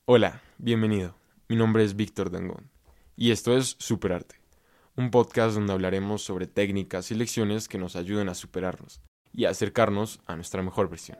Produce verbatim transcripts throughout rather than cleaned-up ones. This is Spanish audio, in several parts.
Hola, bienvenido. Mi nombre es Víctor Dangond y esto es Superarte, un podcast donde hablaremos sobre técnicas y lecciones que nos ayuden a superarnos y a acercarnos a nuestra mejor versión.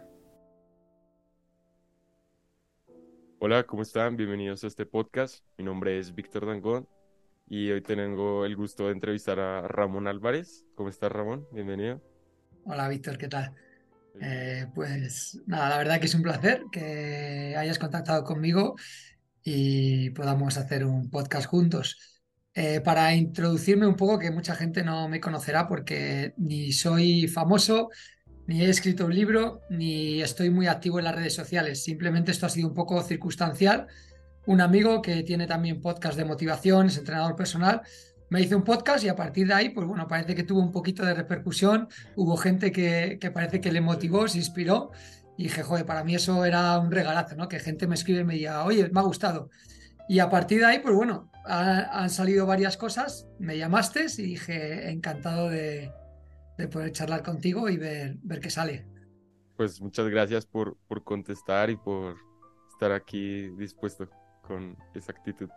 Hola, ¿cómo están? Bienvenidos a este podcast. Mi nombre es Víctor Dangond y hoy tengo el gusto de entrevistar a Ramón Álvarez. ¿Cómo estás, Ramón? Bienvenido. Hola Víctor, ¿qué tal? Muy bien. Eh, pues nada, la verdad que es un placer que hayas contactado conmigo y podamos hacer un podcast juntos. Eh, para introducirme un poco, que mucha gente no me conocerá porque ni soy famoso, ni he escrito un libro, ni estoy muy activo en las redes sociales. Simplemente esto ha sido un poco circunstancial. Un amigo que tiene también podcast de motivación, es entrenador personal, me hizo un podcast y a partir de ahí, pues bueno, parece que tuvo un poquito de repercusión. Hubo gente que, que parece que le motivó, se inspiró y dije, joder, para mí eso era un regalazo, ¿no? Que gente me escribe y me diga, oye, me ha gustado. Y a partir de ahí, pues bueno, ha- han salido varias cosas, me llamaste y dije, encantado de, de poder charlar contigo y ver, ver qué sale. Pues muchas gracias por, por contestar y por estar aquí dispuesto con esa actitud.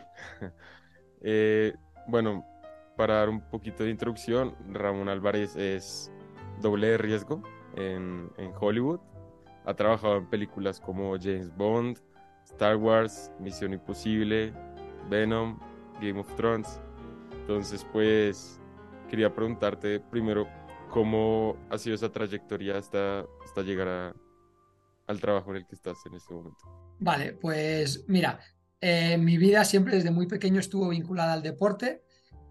Eh, bueno, para dar un poquito de introducción, Ramón Álvarez es doble de riesgo en, en Hollywood. Ha trabajado en películas como James Bond, Star Wars, Misión Imposible, Venom, Game of Thrones. Entonces, pues, quería preguntarte primero cómo ha sido esa trayectoria hasta, hasta llegar a- al trabajo en el que estás en este momento. Vale, pues mira, eh, mi vida siempre desde muy pequeño estuvo vinculada al deporte.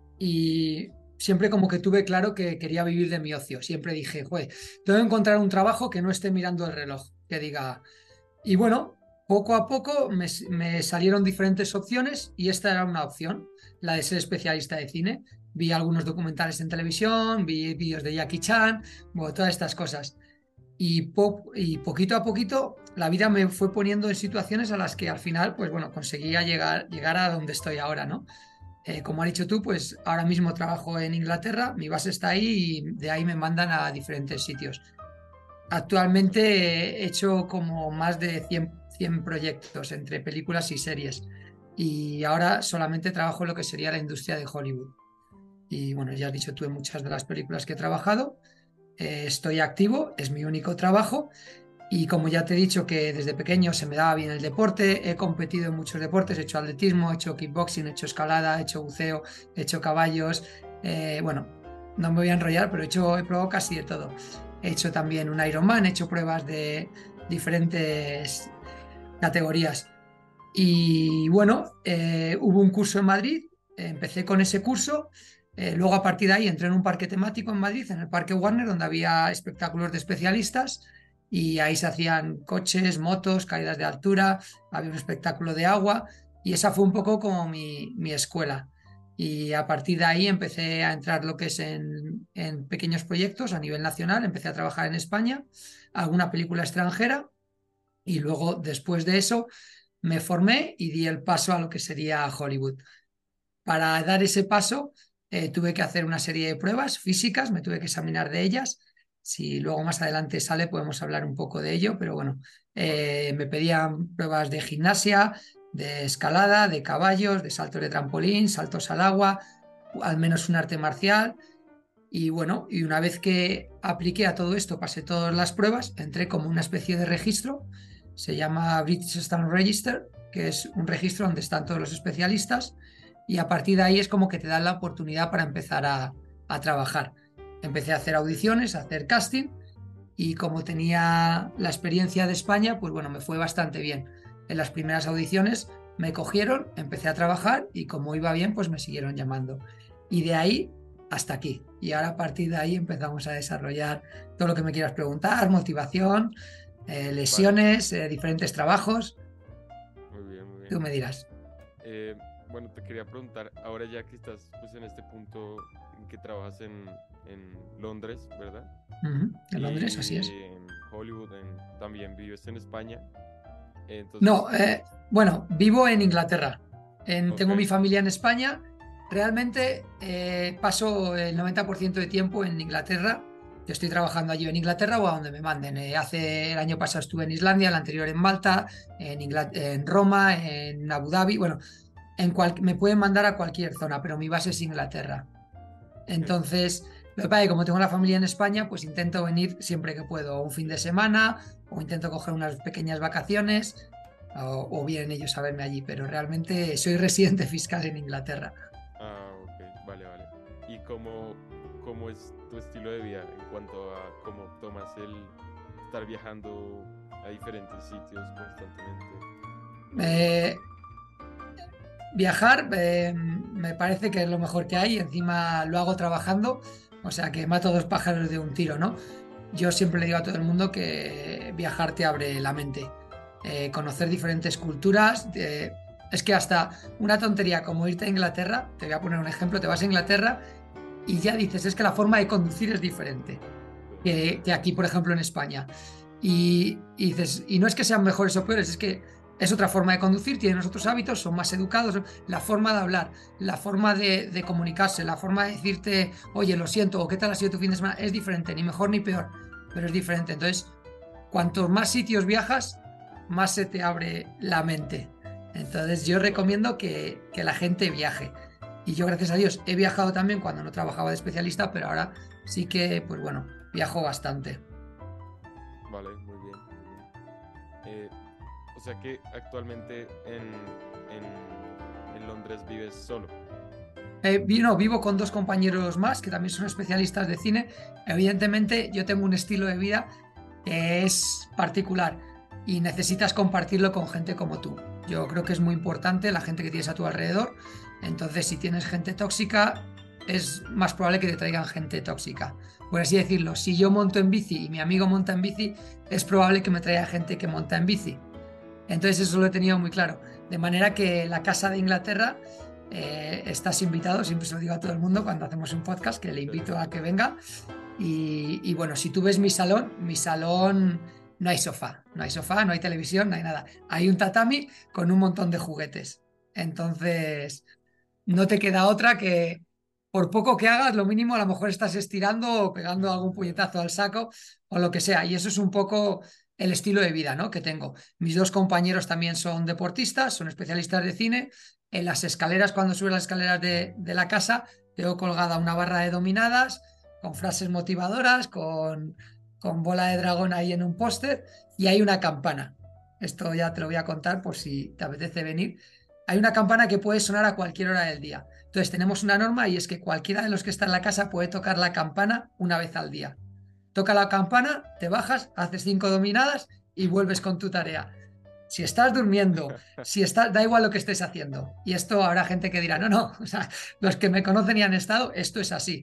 Y siempre como que tuve claro que quería vivir de mi ocio. Siempre dije, joder, tengo que encontrar un trabajo que no esté mirando el reloj, que diga... Y bueno, poco a poco me, me salieron diferentes opciones y esta era una opción, la de ser especialista de cine. Vi algunos documentales en televisión, vi vídeos de Jackie Chan, bueno, todas estas cosas. Y, po- y poquito a poquito la vida me fue poniendo en situaciones a las que al final, pues bueno, conseguía llegar, llegar a donde estoy ahora, ¿no? Eh, como has dicho tú, pues ahora mismo trabajo en Inglaterra, mi base está ahí y de ahí me mandan a diferentes sitios. Actualmente he hecho como más de cien cien proyectos entre películas y series y ahora solamente trabajo en lo que sería la industria de Hollywood. Y bueno, ya has dicho tú en muchas de las películas que he trabajado, eh, estoy activo, es mi único trabajo y como ya te he dicho que desde pequeño se me daba bien el deporte, he competido en muchos deportes, he hecho atletismo, he hecho kickboxing, he hecho escalada, he hecho buceo, he hecho caballos. Eh, bueno, no me voy a enrollar, pero he hecho, he probado casi de todo. He hecho también un Ironman, he hecho pruebas de diferentes categorías. Y bueno, eh, hubo un curso en Madrid, eh, empecé con ese curso, eh, luego a partir de ahí entré en un parque temático en Madrid, en el Parque Warner, donde había espectáculos de especialistas y ahí se hacían coches, motos, caídas de altura, había un espectáculo de agua y esa fue un poco como mi, mi escuela. Y a partir de ahí empecé a entrar lo que es en, en pequeños proyectos a nivel nacional, empecé a trabajar en España, alguna película extranjera y luego después de eso me formé y di el paso a lo que sería Hollywood. Para dar ese paso eh, tuve que hacer una serie de pruebas físicas, me tuve que examinar de ellas. Si luego más adelante sale podemos hablar un poco de ello, pero bueno, Vale. eh, me pedían pruebas de gimnasia, de escalada, de caballos, de saltos de trampolín, saltos al agua, al menos un arte marcial. Y bueno, y una vez que apliqué a todo esto, pasé todas las pruebas, entré como una especie de registro, se llama British Stand Register, que es un registro donde están todos los especialistas, y a partir de ahí es como que te dan la oportunidad para empezar a, a trabajar. Empecé a hacer audiciones, a hacer casting, y como tenía la experiencia de España, pues bueno, me fue bastante bien. En las primeras audiciones me cogieron, empecé a trabajar y como iba bien, pues me siguieron llamando. Y de ahí hasta aquí. Y ahora a partir de ahí empezamos a desarrollar todo lo que me quieras preguntar, motivación, eh, Vale, lesiones, eh, diferentes trabajos. muy bien, muy bien. Tú me dirás. Eh, bueno, te quería preguntar, ahora ya que estás pues en este punto en que trabajas en, en Londres, ¿verdad? Ujú. En Londres, así es. Y en Hollywood, en- también vives en España. Entonces, No, eh, bueno, vivo en Inglaterra. En- ok, tengo mi familia en España. Realmente eh, paso el noventa por ciento de tiempo en Inglaterra yo estoy trabajando allí en Inglaterra o a donde me manden. Eh, hace el año pasado estuve en Islandia, el anterior en Malta, en, Ingla- en Roma, en Abu Dhabi. Bueno, en cual, me pueden mandar a cualquier zona, pero mi base es Inglaterra. Ok. Entonces, lo que pasa es que como tengo la familia en España, pues intento venir siempre que puedo, un fin de semana, o intento coger unas pequeñas vacaciones, o, o vienen ellos a verme allí, pero realmente soy residente fiscal en Inglaterra. Ah, ok, vale, vale. ¿Y cómo, cómo es tu estilo de vida en cuanto a cómo tomas el estar viajando a diferentes sitios constantemente? O, Eh, Viajar eh, me parece que es lo mejor que hay, encima lo hago trabajando, o sea que mato dos pájaros de un tiro, ¿no? Yo siempre le digo a todo el mundo que viajar te abre la mente. Eh, conocer diferentes culturas. de- Es que hasta una tontería como irte a Inglaterra, te voy a poner un ejemplo, te vas a Inglaterra y ya dices, es que la forma de conducir es diferente que, que aquí, por ejemplo, en España. Y, y dices, y no es que sean mejores o peores, es que es otra forma de conducir, tienen otros hábitos, son más educados, la forma de hablar, la forma de, de comunicarse, la forma de decirte, oye, lo siento, o qué tal ha sido tu fin de semana, es diferente, ni mejor ni peor, pero es diferente. Entonces, cuantos más sitios viajas, más se te abre la mente. Entonces, yo claro, recomiendo que, que la gente viaje. Y yo, gracias a Dios, he viajado también cuando no trabajaba de especialista, pero ahora sí que, pues bueno, viajo bastante. vale, muy bien, muy bien. Eh, o sea que actualmente en, en, en Londres vives solo. Eh, vi- no, vivo con dos compañeros más que también son especialistas de cine. Evidentemente, yo tengo un estilo de vida que es particular y necesitas compartirlo con gente como tú. Yo creo que es muy importante la gente que tienes a tu alrededor. Entonces, si tienes gente tóxica, es más probable que te traigan gente tóxica. Por así decirlo, si yo monto en bici y mi amigo monta en bici, es probable que me traiga gente que monta en bici. Entonces eso lo he tenido muy claro. De manera que la Casa de Inglaterra, eh, estás invitado, siempre se lo digo a todo el mundo cuando hacemos un podcast, que le invito a Interesante. que venga. Y, y bueno, si tú ves mi salón, mi salón no hay sofá, no hay sofá, no hay televisión, no hay nada. Hay un tatami con un montón de juguetes. Entonces, no te queda otra que, por poco que hagas, lo mínimo a lo mejor estás estirando o pegando algún puñetazo al saco o lo que sea. Y eso es un poco el estilo de vida, ¿no?, que tengo. Mis dos compañeros también son deportistas, son especialistas de cine. En las escaleras, cuando subes las escaleras de, de la casa, tengo colgada una barra de dominadas con frases motivadoras, con, con bola de dragón ahí en un póster y hay una campana. Esto ya te lo voy a contar por si te apetece venir. Hay una campana que puede sonar a cualquier hora del día. Entonces tenemos una norma y es que cualquiera de los que está en la casa puede tocar la campana una vez al día. Toca la campana, te bajas, haces cinco dominadas y vuelves con tu tarea. Si estás durmiendo, si estás, da igual lo que estés haciendo. Y esto habrá gente que dirá, no, no, o sea, los que me conocen y han estado, esto es así.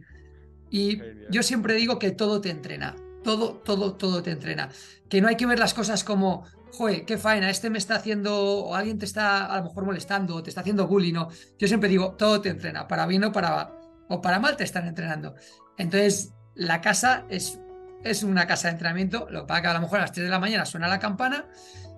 Y Genial. yo siempre digo que todo te entrena, todo, todo, todo te entrena. Que no hay que ver las cosas como, joder, qué faena, este me está haciendo, o alguien te está a lo mejor molestando, o te está haciendo bullying, no. Yo siempre digo, todo te entrena, para bien o para, o para mal te están entrenando. Entonces, la casa es, es una casa de entrenamiento, lo que pasa que a lo mejor a las tres de la mañana suena la campana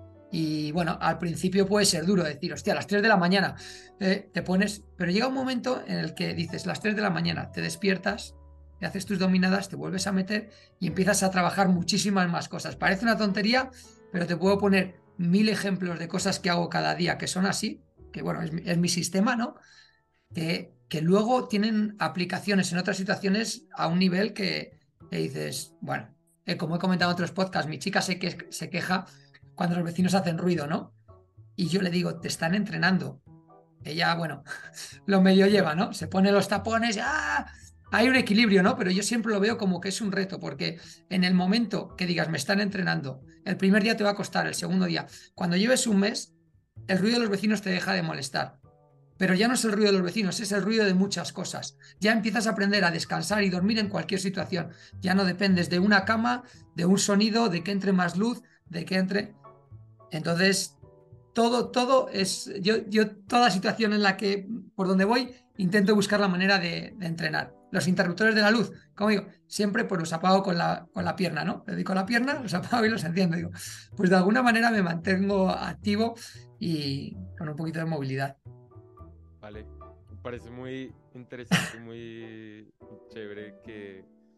y bueno, al principio puede ser duro decir, hostia, a las tres de la mañana eh, te pones, pero llega un momento en el que dices, las tres de la mañana, te despiertas, te haces tus dominadas, te vuelves a meter y empiezas a trabajar muchísimas más cosas. Parece una tontería, pero te puedo poner mil ejemplos de cosas que hago cada día que son así, que bueno, es, mi- es mi sistema, ¿no? Que, que luego tienen aplicaciones en otras situaciones a un nivel que, que dices, bueno, eh, como he comentado en otros podcasts, mi chica se, que, se queja cuando los vecinos hacen ruido, ¿no? Y yo le digo, te están entrenando. Ella, bueno, lo medio lleva, ¿no? Se pone los tapones, ¡ah! Hay un equilibrio, ¿no? Pero yo siempre lo veo como que es un reto, porque en el momento que digas, me están entrenando, el primer día te va a costar, el segundo día, cuando lleves un mes, el ruido de los vecinos te deja de molestar. Pero ya no es el ruido de los vecinos, es el ruido de muchas cosas. Ya empiezas a aprender a descansar y dormir en cualquier situación. Ya no dependes de una cama, de un sonido, de que entre más luz, de que entre. Entonces, todo, todo es. Yo, yo, toda situación en la que, por donde voy, intento buscar la manera de, de entrenar. Los interruptores de la luz, como digo, siempre pues los apago con la, con la pierna, ¿no? Le dedico la pierna, los apago y los enciendo. Digo, pues de alguna manera me mantengo activo y con un poquito de movilidad. Vale. Me parece muy interesante, muy chévere que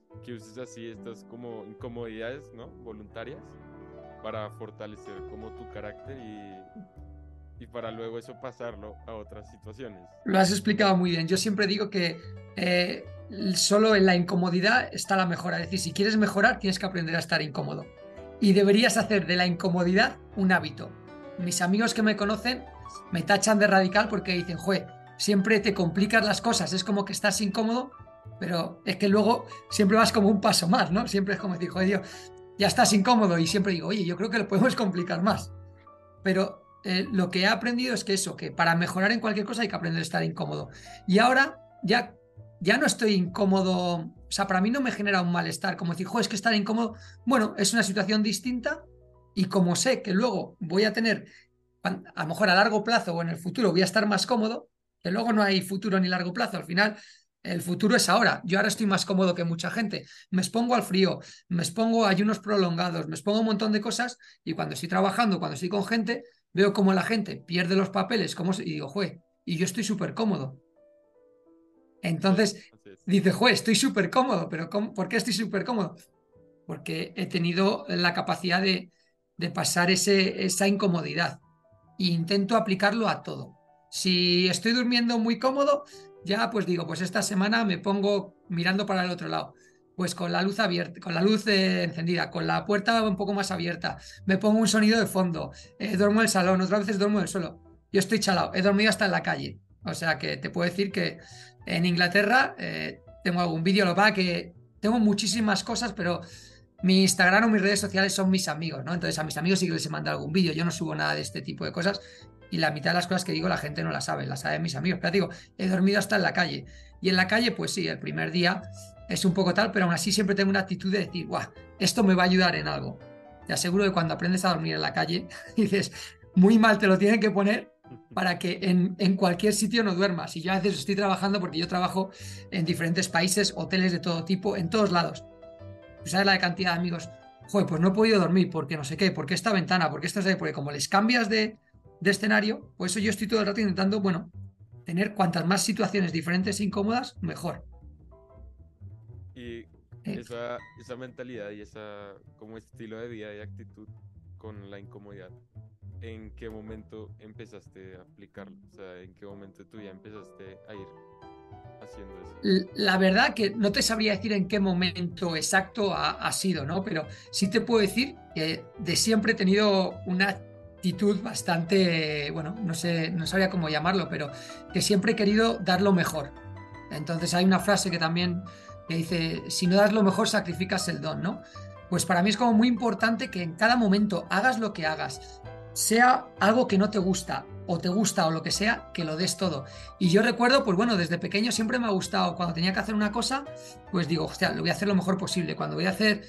que uses así estas como incomodidades, ¿no? Voluntarias para fortalecer como tu carácter y, y para luego eso pasarlo a otras situaciones. Lo has explicado muy bien. Yo siempre digo que eh, solo en la incomodidad está la mejora. Es decir, si quieres mejorar, tienes que aprender a estar incómodo. Y deberías hacer de la incomodidad un hábito. Mis amigos que me conocen me tachan de radical porque dicen, jue, siempre te complicas las cosas, es como que estás incómodo, pero es que luego siempre vas como un paso más, ¿no? Siempre es como decir, joder, Dios, ya estás incómodo y siempre digo, oye, yo creo que lo podemos complicar más. Pero eh, lo que he aprendido es que eso, que para mejorar en cualquier cosa hay que aprender a estar incómodo. Y ahora ya, ya no estoy incómodo, o sea, para mí no me genera un malestar, como decir, jo, es que estar incómodo, bueno, es una situación distinta y como sé que luego voy a tener, a lo mejor a largo plazo o en el futuro voy a estar más cómodo, que luego no hay futuro ni largo plazo, al final el futuro es ahora. Yo ahora estoy más cómodo que mucha gente. Me expongo al frío, me expongo a ayunos prolongados, me expongo a un montón de cosas y cuando estoy trabajando, cuando estoy con gente, veo cómo la gente pierde los papeles cómo se... y digo, jue, y yo estoy súper cómodo. Sí, Entonces, así es. dice, jue, estoy súper cómodo, pero ¿cómo? ¿Por qué estoy súper cómodo? Porque he tenido la capacidad de, de pasar ese, esa incomodidad e intento aplicarlo a todo. Si estoy durmiendo muy cómodo, ya pues digo, pues esta semana me pongo mirando para el otro lado. Pues con la luz abierta, con la luz eh, encendida, con la puerta un poco más abierta, me pongo un sonido de fondo, eh, duermo en el salón, otras veces duermo en el suelo. Yo estoy chalado, he dormido hasta en la calle. O sea que te puedo decir que en Inglaterra eh, tengo algún vídeo, lo que pasa que tengo muchísimas cosas, pero mi Instagram o mis redes sociales son mis amigos, ¿no? Entonces a mis amigos sí que les he mandado algún vídeo. Yo no subo nada de este tipo de cosas y la mitad de las cosas que digo la gente no la sabe, la saben mis amigos. Pero te digo, he dormido hasta en la calle. Y en la calle, pues sí, el primer día es un poco tal, pero aún así siempre tengo una actitud de decir, guau, esto me va a ayudar en algo. Te aseguro que cuando aprendes a dormir en la calle, dices, muy mal te lo tienen que poner para que en, en cualquier sitio no duermas. Y yo a veces estoy trabajando porque yo trabajo en diferentes países, hoteles de todo tipo, en todos lados. ¿Sabes la cantidad de amigos? Joder, pues no he podido dormir porque no sé qué, porque esta ventana, porque esto, porque como les cambias de, de escenario, pues eso yo estoy todo el rato intentando, bueno, tener cuantas más situaciones diferentes e incómodas, mejor. Y Eh, esa, esa mentalidad y esa como estilo de vida y actitud con la incomodidad, ¿en qué momento empezaste a aplicarlo? O sea, ¿en qué momento tú ya empezaste a ir haciendo eso? La verdad que no te sabría decir en qué momento exacto ha, ha sido, ¿no? Pero sí te puedo decir que de siempre he tenido una actitud bastante, bueno, no sé, no sabría cómo llamarlo, pero que siempre he querido dar lo mejor. Entonces hay una frase que también que dice, si no das lo mejor, sacrificas el don, ¿no? Pues para mí es como muy importante que en cada momento hagas lo que hagas, sea algo que no te gusta o te gusta o lo que sea, que lo des todo. Y yo recuerdo, pues bueno, desde pequeño siempre me ha gustado, cuando tenía que hacer una cosa, pues digo, hostia, lo voy a hacer lo mejor posible. Cuando voy a hacer,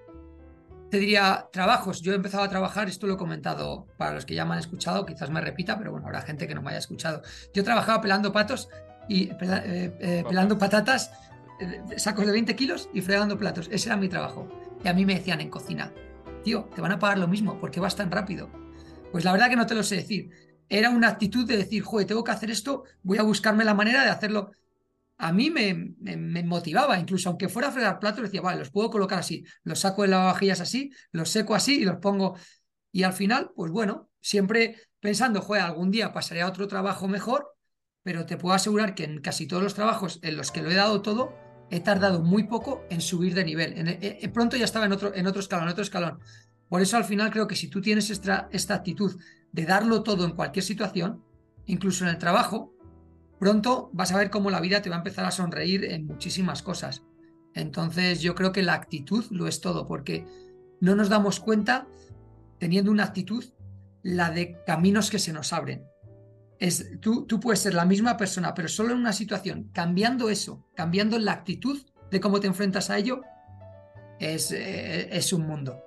te diría, trabajos, yo he empezado a trabajar, esto lo he comentado para los que ya me han escuchado, quizás me repita, pero bueno, habrá gente que no me haya escuchado. Yo trabajaba pelando patos y pela- eh, eh, pelando Papas. patatas, eh, sacos de veinte kilos y fregando platos. Ese era mi trabajo. Y a mí me decían en cocina, tío, te van a pagar lo mismo, ¿por qué vas tan rápido? Pues la verdad que no te lo sé decir. Era una actitud de decir, joder, tengo que hacer esto, voy a buscarme la manera de hacerlo. A mí me, me, me motivaba, incluso aunque fuera a fregar platos, decía, vale, los puedo colocar así, los saco de lavavajillas así, los seco así y los pongo. Y al final, pues bueno, siempre pensando, joder, algún día pasaré a otro trabajo mejor, pero te puedo asegurar que en casi todos los trabajos en los que lo he dado todo, he tardado muy poco en subir de nivel. En- en- en- pronto ya estaba en otro, en otro escalón, en otro escalón. Por eso al final creo que si tú tienes esta, esta actitud de darlo todo en cualquier situación, incluso en el trabajo, pronto vas a ver cómo la vida te va a empezar a sonreír en muchísimas cosas. Entonces yo creo que la actitud lo es todo, porque no nos damos cuenta, teniendo una actitud, la de caminos que se nos abren. Es, tú, tú puedes ser la misma persona, pero solo en una situación, cambiando eso, cambiando la actitud de cómo te enfrentas a ello, es, eh, es un mundo.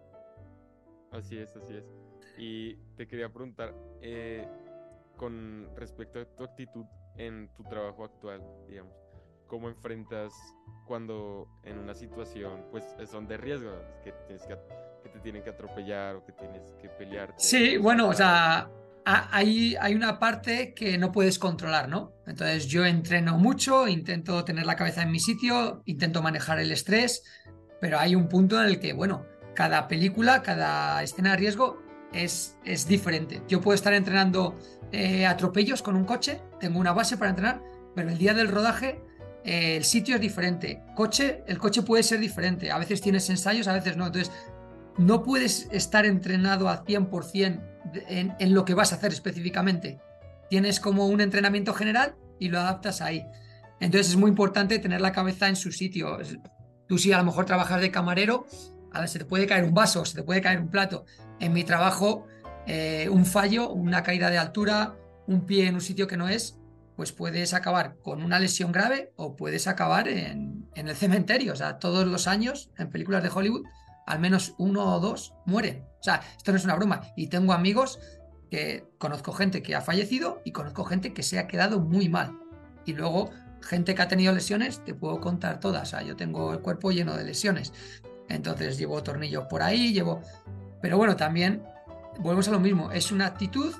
Así es, así es. Y te quería preguntar, eh, con respecto a tu actitud en tu trabajo actual, digamos, ¿cómo enfrentas cuando en una situación, pues son de riesgo, que tienes que, que te tienen que atropellar o que tienes que pelearte Sí, o bueno, o saltar? sea, hay, hay una parte que no puedes controlar, ¿no? Entonces yo entreno mucho, intento tener la cabeza en mi sitio, intento manejar el estrés, pero hay un punto en el que, bueno, cada película, cada escena de riesgo es, es diferente. Yo puedo estar entrenando eh, atropellos con un coche, tengo una base para entrenar, pero el día del rodaje eh, el sitio es diferente. Coche, el coche puede ser diferente. A veces tienes ensayos, a veces no. Entonces, no puedes estar entrenado al cien por ciento en, en lo que vas a hacer específicamente. Tienes como un entrenamiento general y lo adaptas ahí. Entonces es muy importante tener la cabeza en su sitio. Tú si a lo mejor trabajas de camarero, a ver, se te puede caer un vaso, se te puede caer un plato. En mi trabajo, eh, un fallo, una caída de altura, un pie en un sitio que no es, pues puedes acabar con una lesión grave o puedes acabar en, en el cementerio. O sea, todos los años en películas de Hollywood al menos uno o dos mueren. O sea, esto no es una broma. Y tengo amigos que conozco gente que ha fallecido y conozco gente que se ha quedado muy mal. Y luego, gente que ha tenido lesiones, te puedo contar todas. O sea, yo tengo el cuerpo lleno de lesiones. Entonces llevo tornillos por ahí, llevo... Pero bueno, también volvemos a lo mismo. Es una actitud.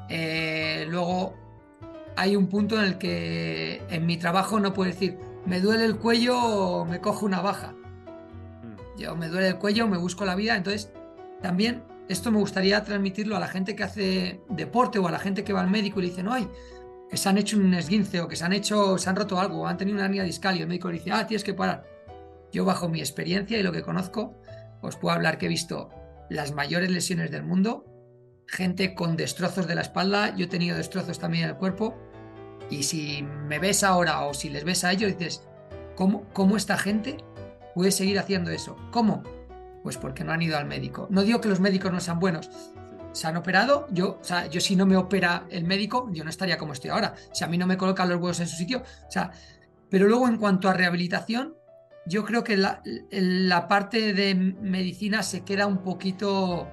Eh, luego hay un punto en el que en mi trabajo no puedo decir, me duele el cuello, me cojo una baja. Mm. Yo me duele el cuello, me busco la vida. Entonces, también esto me gustaría transmitirlo a la gente que hace deporte o a la gente que va al médico y le dicen, ay, que se han hecho un esguince o que se han hecho, se han roto algo o han tenido una hernia discal y el médico le dice, ah, tienes que parar. Yo, bajo mi experiencia y lo que conozco, os puedo hablar que he visto las mayores lesiones del mundo, gente con destrozos de la espalda, yo he tenido destrozos también en el cuerpo, y si me ves ahora o si les ves a ellos, dices, ¿cómo, cómo esta gente puede seguir haciendo eso? ¿Cómo? Pues porque no han ido al médico. No digo que los médicos no sean buenos. Se han operado, yo, o sea, yo si no me opera el médico, yo no estaría como estoy ahora. Si a mí no me colocan los huevos en su sitio, o sea, pero luego en cuanto a rehabilitación, yo creo que la, la parte de medicina se queda un poquito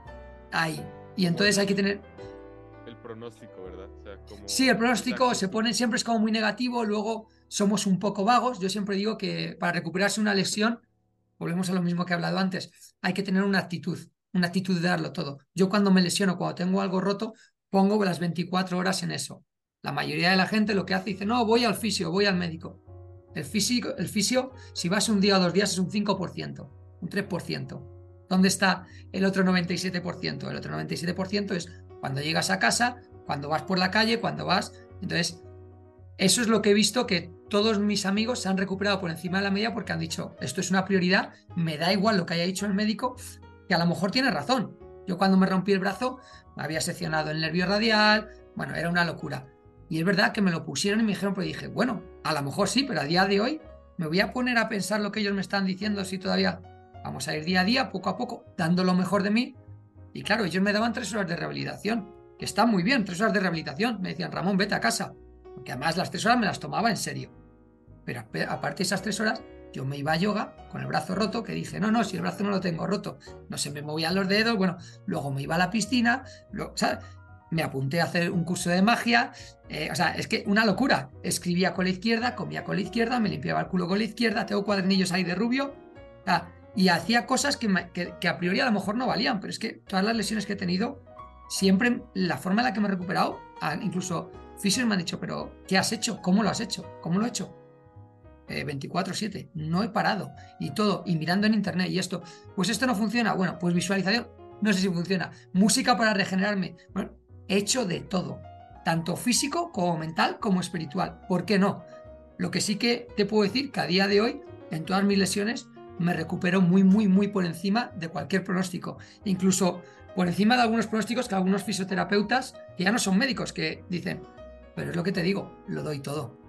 ahí. Y Como entonces hay que el, tener... el pronóstico, ¿verdad? O sea, Sí, como el el pronóstico se diagnóstico. pone siempre es como muy negativo, luego somos un poco vagos. Yo siempre digo que para recuperarse una lesión, volvemos a lo mismo que he hablado antes, hay que tener una actitud, una actitud de darlo todo. Yo cuando me lesiono, cuando tengo algo roto, pongo las veinticuatro horas en eso. La mayoría de la gente lo que hace dice, no, voy al fisio, voy al médico. El físico, el fisio, si vas un día o dos días, es un cinco por ciento, un tres por ciento. ¿Dónde está el otro noventa y siete por ciento? El otro noventa y siete por ciento es cuando llegas a casa, cuando vas por la calle, cuando vas... Entonces, eso es lo que he visto, que todos mis amigos se han recuperado por encima de la media porque han dicho, esto es una prioridad, me da igual lo que haya dicho el médico, que a lo mejor tiene razón. Yo cuando me rompí el brazo, me había seccionado el nervio radial, bueno, era una locura. Y es verdad que me lo pusieron y me dijeron, pero dije, bueno, a lo mejor sí, pero a día de hoy me voy a poner a pensar lo que ellos me están diciendo si todavía vamos a ir día a día, poco a poco, dando lo mejor de mí. Y claro, ellos me daban tres horas de rehabilitación, que está muy bien, tres horas de rehabilitación. Me decían, Ramón, vete a casa. Porque además las tres horas me las tomaba en serio. Pero aparte de esas tres horas, yo me iba a yoga con el brazo roto, que dije, no, no, si el brazo no lo tengo roto, no se me movían los dedos. Bueno, luego me iba a la piscina, lo, ¿sabes? Me apunté a hacer un curso de magia. Eh, o sea, es que una locura. Escribía con la izquierda, comía con la izquierda, me limpiaba el culo con la izquierda, tengo cuadernillos ahí de rubio. O sea, y hacía cosas que, me, que, que a priori a lo mejor no valían, pero es que todas las lesiones que he tenido, siempre la forma en la que me he recuperado, incluso fisios me han dicho, pero ¿qué has hecho? ¿Cómo lo has hecho? ¿Cómo lo he hecho? Eh, veinticuatro siete, no he parado. Y todo, y mirando en internet y esto, pues esto no funciona. Bueno, pues visualización, no sé si funciona. Música para regenerarme. Bueno, he hecho de todo, tanto físico como mental como espiritual. ¿Por qué no? Lo que sí que te puedo decir que a día de hoy, en todas mis lesiones, me recupero muy, muy, muy por encima de cualquier pronóstico. Incluso por encima de algunos pronósticos que algunos fisioterapeutas, que ya no son médicos, que dicen, pero es lo que te digo, lo doy todo.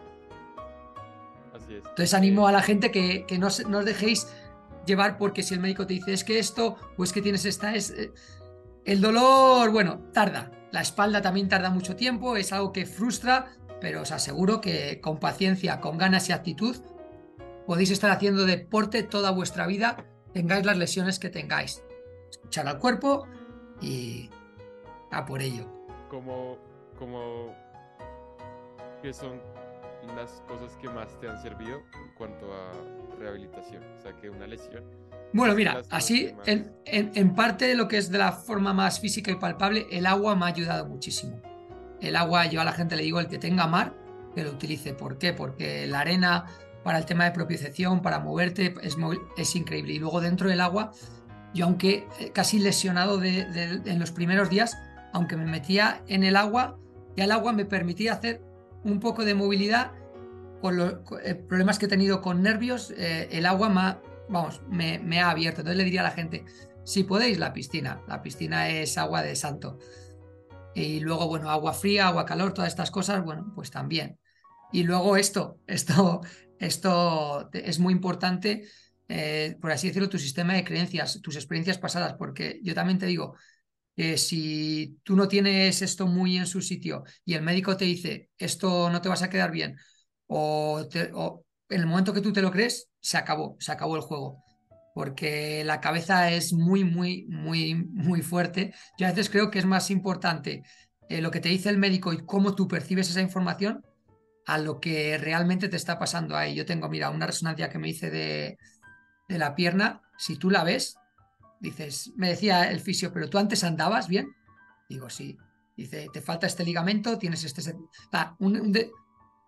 Así es. Entonces animo Eh, a la gente que, que no, no os dejéis llevar porque si el médico te dice es que esto o es que tienes esta... es eh, El dolor, bueno, tarda. La espalda también tarda mucho tiempo, es algo que frustra, pero os aseguro que con paciencia, con ganas y actitud podéis estar haciendo deporte toda vuestra vida, tengáis las lesiones que tengáis. Escuchar al cuerpo y a por ello. como, como, ¿qué son las cosas que más te han servido en cuanto a rehabilitación? O sea, que una lesión Bueno, Más que mira, las cosas así en, más... en, en parte de lo que es de la forma más física y palpable, el agua me ha ayudado muchísimo. El agua, yo a la gente le digo, el que tenga mar, que lo utilice. ¿Por qué? Porque la arena para el tema de propiocepción, para moverte, es, muy- es increíble. Y luego dentro del agua, yo aunque eh, casi lesionado de- de- en los primeros días, aunque me metía en el agua, ya el agua me permitía hacer un poco de movilidad con los con, eh, problemas que he tenido con nervios, eh, el agua me ha, vamos, me, me ha abierto. Entonces le diría a la gente, si podéis, la piscina. La piscina es agua de santo. Y luego, bueno, agua fría, agua calor, todas estas cosas, bueno, pues también. Y luego esto, esto, esto es muy importante, eh, por así decirlo, tu sistema de creencias, tus experiencias pasadas, porque yo también te digo que si tú no tienes esto muy en su sitio y el médico te dice, esto no te vas a quedar bien, o, te- o en el momento que tú te lo crees, se acabó, se acabó el juego. Porque la cabeza es muy, muy, muy, muy fuerte. Yo a veces creo que es más importante eh, lo que te dice el médico y cómo tú percibes esa información a lo que realmente te está pasando ahí. Yo tengo, mira, una resonancia que me hice de, de la pierna. Si tú la ves, dices, me decía el fisio, pero tú antes andabas bien. Digo, sí. Dice, te falta este ligamento, tienes este... se- Ah, un- un de-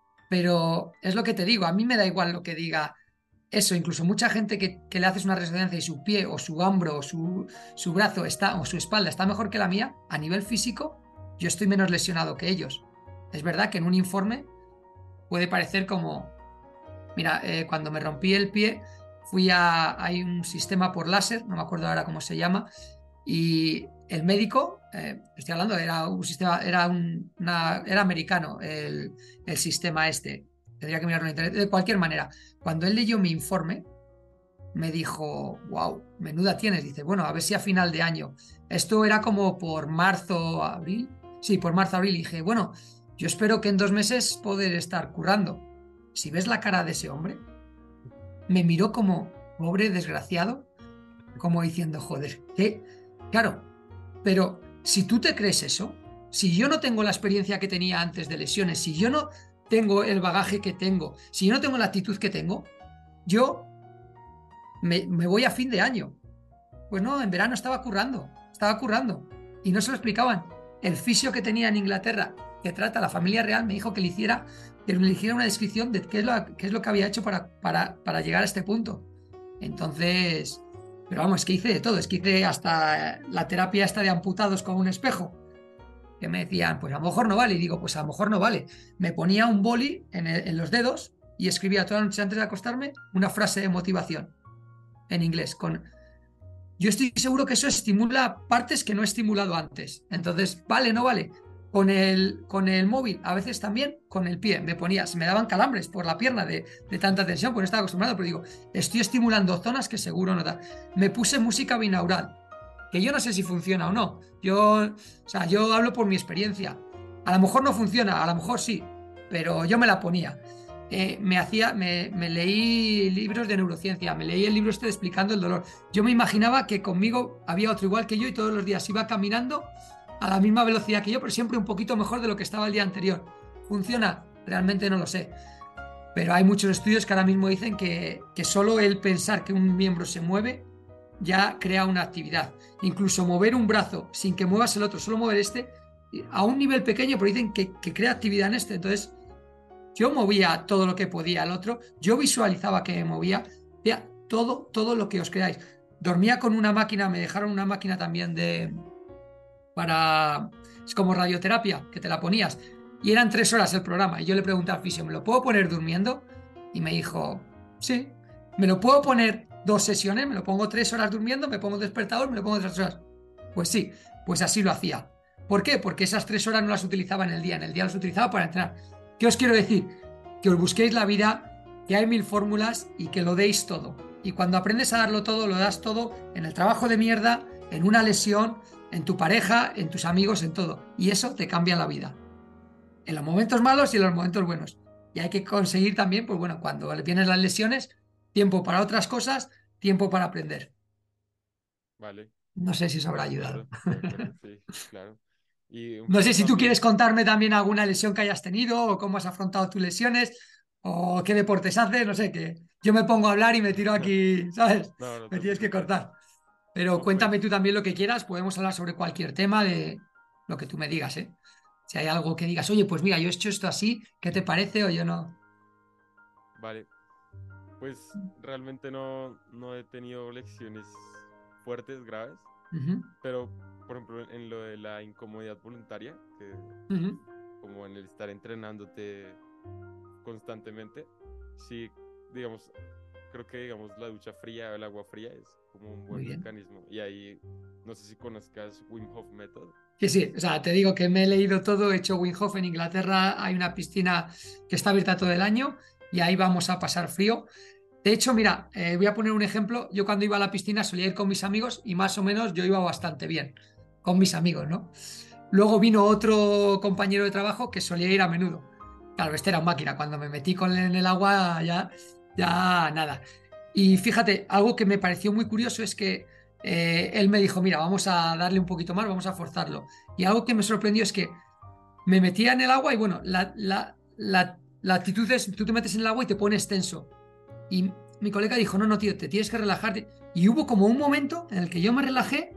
Pero es lo que te digo, a mí me da igual lo que diga eso, incluso mucha gente que, que le haces una resonancia y su pie o su hombro o su, su brazo está o su espalda está mejor que la mía, a nivel físico, yo estoy menos lesionado que ellos. Es verdad que en un informe puede parecer como, mira, eh, cuando me rompí el pie, fui a, hay un sistema por láser, no me acuerdo ahora cómo se llama, y el médico, eh, estoy hablando, era un sistema, era, un, una, era americano el, el sistema este, tendría que mirarlo en internet, de cualquier manera, cuando él leyó mi informe, me dijo, wow, menuda tienes. Dice, bueno, a ver si a final de año. Esto era como por marzo, abril. Sí, por marzo, abril. Y dije, bueno, yo espero que en dos meses poder estar currando. Si ves la cara de ese hombre, me miró como pobre desgraciado, como diciendo, joder, ¿qué? Claro, pero si tú te crees eso, si yo no tengo la experiencia que tenía antes de lesiones, si yo no tengo el bagaje que tengo, si yo no tengo la actitud que tengo, yo me, me voy a fin de año. Pues no, en verano estaba currando, estaba currando. Y no se lo explicaban. El fisio que tenía en Inglaterra, que trata a la familia real, me dijo que le hiciera, que le hiciera una descripción de qué es lo, qué es lo que había hecho para, para, para llegar a este punto. Entonces, pero vamos, es que hice de todo, es que hice hasta la terapia esta de amputados con un espejo, que me decían, pues a lo mejor no vale. Y digo, pues a lo mejor no vale. Me ponía un boli en, el- en los dedos y escribía toda la noche antes de acostarme una frase de motivación en inglés, con yo estoy seguro que eso estimula partes que no he estimulado antes. Entonces, vale, no vale. Con el, con el móvil, a veces también con el pie. Me ponía, se me daban calambres por la pierna de, de tanta tensión, porque no estaba acostumbrado, pero digo, estoy estimulando zonas que seguro no da. Me puse música binaural, que yo no sé si funciona o no. Yo, o sea, yo hablo por mi experiencia. A lo mejor no funciona, a lo mejor sí, pero yo me la ponía. Eh, me hacía, me, me leí libros de neurociencia, me leí el libro este de explicando el dolor. Yo me imaginaba que conmigo había otro igual que yo y todos los días iba caminando a la misma velocidad que yo, pero siempre un poquito mejor de lo que estaba el día anterior. ¿Funciona? Realmente no lo sé. Pero hay muchos estudios que ahora mismo dicen que, que solo el pensar que un miembro se mueve ya crea una actividad. Incluso mover un brazo sin que muevas el otro, solo mover este, a un nivel pequeño, pero dicen que, que crea actividad en este. Entonces, yo movía todo lo que podía al otro, yo visualizaba que me movía, ya, todo, todo lo que os creáis. Dormía con una máquina, me dejaron una máquina también de para es como radioterapia, que te la ponías. Y eran tres horas el programa. Y yo le pregunté al fisio, ¿me lo puedo poner durmiendo? Y me dijo, sí, me lo puedo poner dos sesiones, me lo pongo tres horas durmiendo, me pongo despertador, me lo pongo tres horas. Pues sí, pues así lo hacía. ¿Por qué? Porque esas tres horas no las utilizaba en el día, en el día las utilizaba para entrenar. ¿Qué os quiero decir? Que os busquéis la vida, que hay mil fórmulas y que lo deis todo. Y cuando aprendes a darlo todo, lo das todo en el trabajo de mierda, en una lesión, en tu pareja, en tus amigos, en todo. Y eso te cambia la vida. En los momentos malos y en los momentos buenos. Y hay que conseguir también, pues bueno, cuando le vienen las lesiones, tiempo para otras cosas, tiempo para aprender. Vale, No sé si os habrá de ayudado. acuerdo, de acuerdo, sí, claro. Y un No sé poco si tú quieres también, contarme también alguna lesión que hayas tenido o cómo has afrontado tus lesiones. o qué deportes haces, no sé, que yo me pongo a hablar y me tiro aquí, ¿sabes? No, no Me te tienes que preocupes. cortar. Pero No, cuéntame pues, tú también lo que quieras, podemos hablar sobre cualquier tema de lo que tú me digas, ¿eh? Si hay algo que digas, oye, pues mira, yo he hecho esto así, ¿qué te parece? O yo no. vale. Pues realmente no, no he tenido lecciones fuertes, graves, Ujú, pero por ejemplo en lo de la incomodidad voluntaria, que ujú. como en el estar entrenándote constantemente, sí, digamos, creo que digamos la ducha fría o el agua fría es como un Muy buen bien. mecanismo. Y ahí, no sé si conozcas Wim Hof Method. Sí, sí, o sea, te digo que me he leído todo, he hecho Wim Hof en Inglaterra, hay una piscina que está abierta todo el año y ahí vamos a pasar frío. De hecho, mira, eh, voy a poner un ejemplo. Yo cuando iba a la piscina solía ir con mis amigos y más o menos yo iba bastante bien con mis amigos, ¿no? Luego vino otro compañero de trabajo que solía ir a menudo. Claro, este era un máquina. Cuando me metí con él en el agua, ya, ya nada. Y fíjate, algo que me pareció muy curioso es que eh, él me dijo, mira, vamos a darle un poquito más, vamos a forzarlo. Y algo que me sorprendió es que me metía en el agua y bueno, la, la, la, la actitud es, tú te metes en el agua y te pones tenso. Y mi colega dijo, no, no, tío, te tienes que relajarte. Y hubo como un momento en el que yo me relajé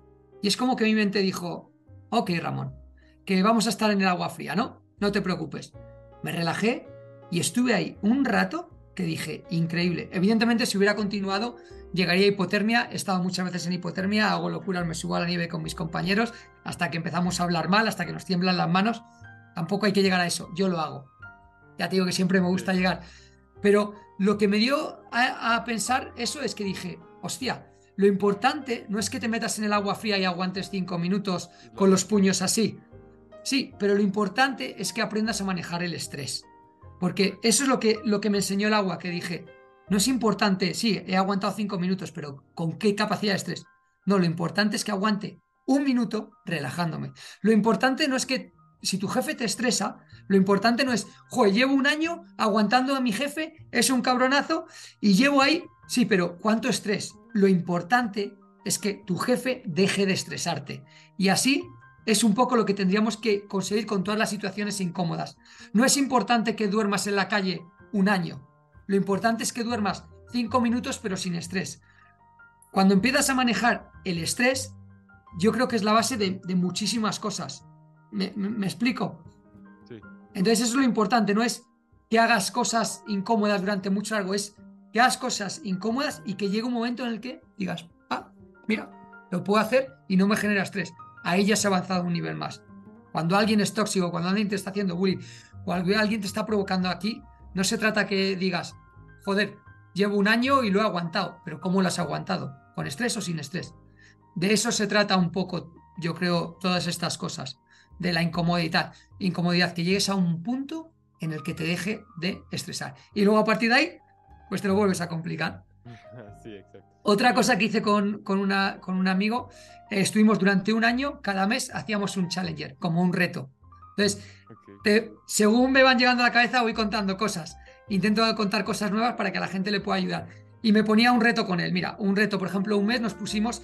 y es como que mi mente dijo, ok, Ramón, que vamos a estar en el agua fría, ¿no? No te preocupes. Me relajé y estuve ahí un rato que dije, increíble. Evidentemente, si hubiera continuado, llegaría a hipotermia. He estado muchas veces en hipotermia, hago locuras, me subo a la nieve con mis compañeros, hasta que empezamos a hablar mal, hasta que nos tiemblan las manos. Tampoco hay que llegar a eso, yo lo hago. Ya te digo que siempre me gusta Sí, llegar. Pero lo que me dio a, a pensar eso es que dije, hostia, lo importante no es que te metas en el agua fría y aguantes cinco minutos es la con los sensación. puños así. Sí, pero lo importante es que aprendas a manejar el estrés. Porque Exacto. eso es lo que, lo que me enseñó el agua, que dije, no es importante, sí, he aguantado cinco minutos, pero ¿con qué capacidad de estrés? No, lo importante es que aguante un minuto relajándome. Lo importante no es que si tu jefe te estresa, lo importante no es, joder, llevo un año aguantando a mi jefe, es un cabronazo y llevo ahí, sí, pero ¿cuánto estrés? Lo importante es que tu jefe deje de estresarte. Y así es un poco lo que tendríamos que conseguir con todas las situaciones incómodas. No es importante que duermas en la calle un año. Lo importante es que duermas cinco minutos pero sin estrés. Cuando empiezas a manejar el estrés, yo creo que es la base de, de muchísimas cosas. ¿Me, me, me explico? Sí, Entonces eso es lo importante, no es que hagas cosas incómodas durante mucho largo, es que hagas cosas incómodas y que llegue un momento en el que digas, ah, mira, lo puedo hacer y no me genera estrés. Ahí ya se ha avanzado un nivel más. Cuando alguien es tóxico, cuando alguien te está haciendo bullying, o alguien te está provocando aquí, no se trata que digas, joder, llevo un año y lo he aguantado, pero ¿cómo lo has aguantado? ¿Con estrés o sin estrés? De eso se trata un poco, yo creo, todas estas cosas, de la incomodidad. Incomodidad, que llegues a un punto en el que te deje de estresar. Y luego a partir de ahí, pues te lo vuelves a complicar. sí, exacto. Otra Sí, cosa que hice con, con, una, con un amigo, eh, estuvimos durante un año, cada mes hacíamos un challenger, como un reto. Entonces, ok. te- según me van llegando a la cabeza, voy contando cosas. Intento contar cosas nuevas para que a la gente le pueda ayudar. Y me ponía un reto con él. Mira, un reto, por ejemplo, un mes nos pusimos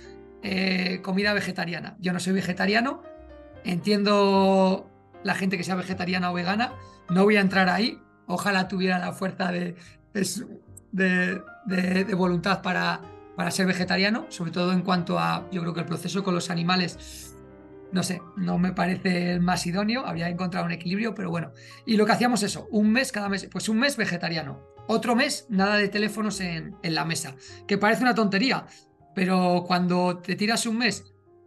eh, comida vegetariana. Yo no soy vegetariano, entiendo la gente que sea vegetariana o vegana, no voy a entrar ahí. Ojalá tuviera la fuerza de, de, de- de voluntad para, para ser vegetariano, sobre todo en cuanto a, yo creo que el proceso con los animales, no sé, no me parece el más idóneo, habría encontrado un equilibrio, pero bueno. Y lo que hacíamos eso, un mes cada mes, pues un mes vegetariano, otro mes nada de teléfonos en, en la mesa, que parece una tontería, pero cuando te tiras un mes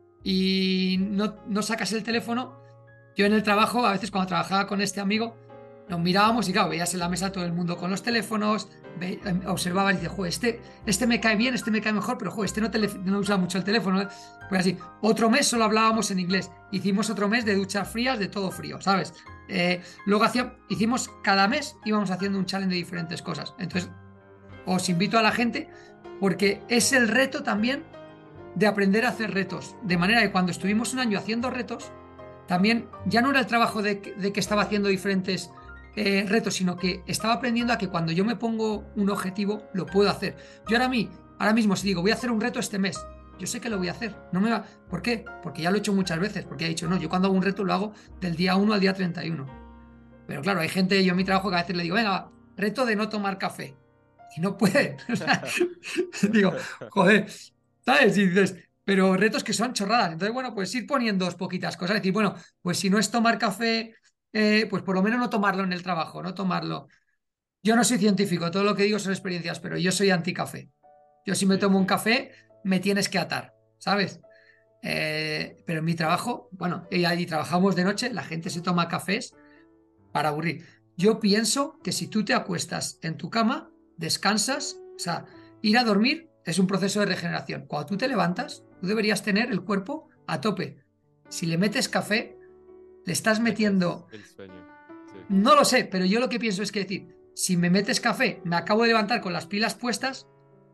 y no, no sacas el teléfono, yo en el trabajo, a veces cuando trabajaba con este amigo, nos mirábamos y claro, veías en la mesa todo el mundo con los teléfonos, ve, observaba y dice, joder, este, este me cae bien, este me cae mejor, pero joder, este no, tele, no usa mucho el teléfono. ¿Eh? Pues así, otro mes solo hablábamos en inglés, hicimos otro mes de duchas frías, de todo frío, ¿sabes? Eh, luego hacía, hicimos cada mes, íbamos haciendo un challenge de diferentes cosas. Entonces, os invito a la gente porque es el reto también de aprender a hacer retos. De manera que cuando estuvimos un año haciendo retos, también ya no era el trabajo de, de que estaba haciendo diferentes eh, retos, sino que estaba aprendiendo a que cuando yo me pongo un objetivo, lo puedo hacer. Yo ahora, mí, ahora mismo, si digo, voy a hacer un reto este mes, yo sé que lo voy a hacer. No me va... ¿Por qué? Porque ya lo he hecho muchas veces, porque he dicho, no, yo cuando hago un reto lo hago del día uno al día treinta y uno. Pero claro, hay gente, yo en mi trabajo que a veces le digo, venga, reto de no tomar café. Y no pueden. O sea, digo, joder, ¿sabes? Y dices, pero retos que son chorradas. Entonces, bueno, pues ir poniendo poquitas cosas. Decir, bueno, pues si no es tomar café, eh, pues por lo menos no tomarlo en el trabajo, no tomarlo. Yo no soy científico, todo lo que digo son experiencias, pero yo soy anticafé. Yo si me Sí, tomo un sí. café, me tienes que atar, ¿sabes? Eh, pero en mi trabajo, bueno, y allí trabajamos de noche, la gente se toma cafés para aburrir. Yo pienso que si tú te acuestas en tu cama, descansas, o sea, ir a dormir es un proceso de regeneración. Cuando tú te levantas, tú deberías tener el cuerpo a tope. Si le metes café, le estás Dañas metiendo, el sueño. Sí, no lo sé, pero yo lo que pienso es que decir, si me metes café, me acabo de levantar con las pilas puestas,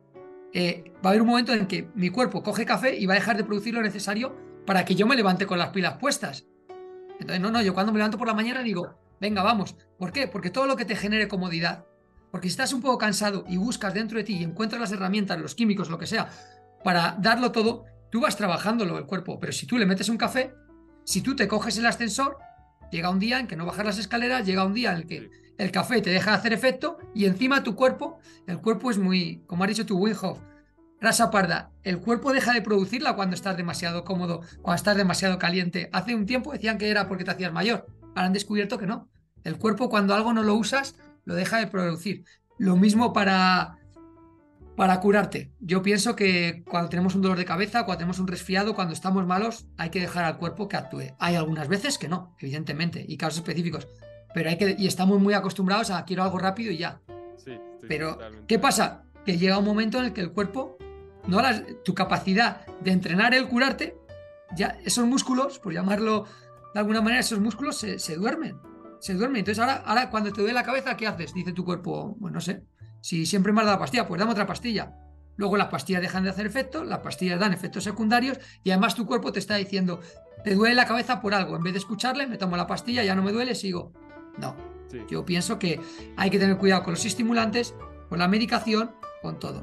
eh, va a haber un momento en que mi cuerpo coge café y va a dejar de producir lo necesario para que yo me levante con las pilas puestas. Entonces, no, no, yo cuando me levanto por la mañana digo, venga, vamos. ¿Por qué? Porque todo lo que te genere comodidad. Porque si estás un poco cansado y buscas dentro de ti y encuentras las herramientas, los químicos, lo que sea, para darlo todo, tú vas trabajándolo el cuerpo. Pero si tú le metes un café, si tú te coges el ascensor, llega un día en que no bajas las escaleras, llega un día en el que sí, el café te deja de hacer efecto y encima tu cuerpo, el cuerpo es muy, como has dicho tú, Wim Hof, grasa parda, el cuerpo deja de producirla cuando estás demasiado cómodo, cuando estás demasiado caliente. Hace un tiempo decían que era porque te hacías mayor. Ahora han descubierto que no. El cuerpo cuando algo no lo usas, lo deja de producir. Lo mismo para, para curarte. Yo pienso que cuando tenemos un dolor de cabeza, cuando tenemos un resfriado, cuando estamos malos, hay que dejar al cuerpo que actúe. Hay algunas veces que no, evidentemente, y casos específicos. Pero hay que, y estamos muy acostumbrados a quiero algo rápido y ya. sí, estoy Pero, totalmente ¿qué de acuerdo. pasa? Que llega un momento en el que el cuerpo, no las, tu capacidad de entrenar el curarte, ya esos músculos, por llamarlo de alguna manera, esos músculos se, se duermen. Se duermen. Entonces, ahora, ahora cuando te duele la cabeza, ¿qué haces? Dice tu cuerpo, pues no sé. Si siempre me has dado la pastilla, pues dame otra pastilla. Luego las pastillas dejan de hacer efecto, las pastillas dan efectos secundarios y además tu cuerpo te está diciendo, te duele la cabeza por algo. En vez de escucharle, me tomo la pastilla, ya no me duele, sigo. No. Sí, Yo pienso que hay que tener cuidado con los estimulantes, con la medicación, con todo.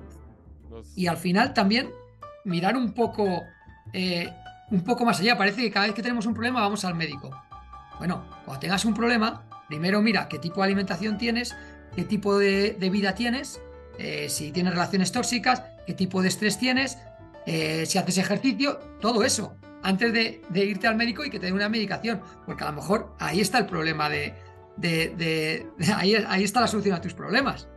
Y nos... al final también mirar un poco, eh, un poco más allá. Parece que cada vez que tenemos un problema vamos al médico. Bueno, cuando tengas un problema, primero mira qué tipo de alimentación tienes, qué tipo de, de vida tienes, eh, si tienes relaciones tóxicas, qué tipo de estrés tienes, eh, si haces ejercicio, todo eso, antes de, de irte al médico y que te dé una medicación, porque a lo mejor ahí está el problema de, de, de, de ahí, ahí está la solución a tus problemas.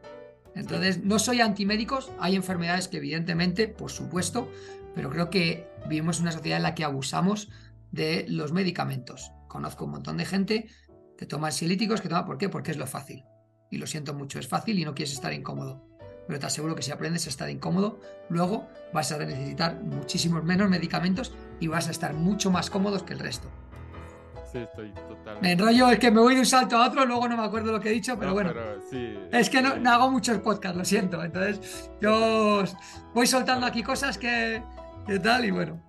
Sí, Entonces, no soy antimédicos, hay enfermedades que evidentemente, por supuesto, pero creo que vivimos en una sociedad en la que abusamos de los medicamentos. Conozco un montón de gente que toma ansiolíticos, que toma, ¿por qué? Porque es lo fácil. Y lo siento mucho, es fácil y no quieres estar incómodo. Pero te aseguro que si aprendes a estar incómodo, luego vas a necesitar muchísimos menos medicamentos y vas a estar mucho más cómodos que el resto. sí, estoy Me totalmente de enrollo, es acuerdo. que me voy de un salto a otro, luego no me acuerdo lo que he dicho, pero No, bueno, pero sí, es que no, no estoy hago muchos podcasts, lo siento. Entonces, yo totalmente. os voy soltando No, aquí cosas que, que tal y bueno.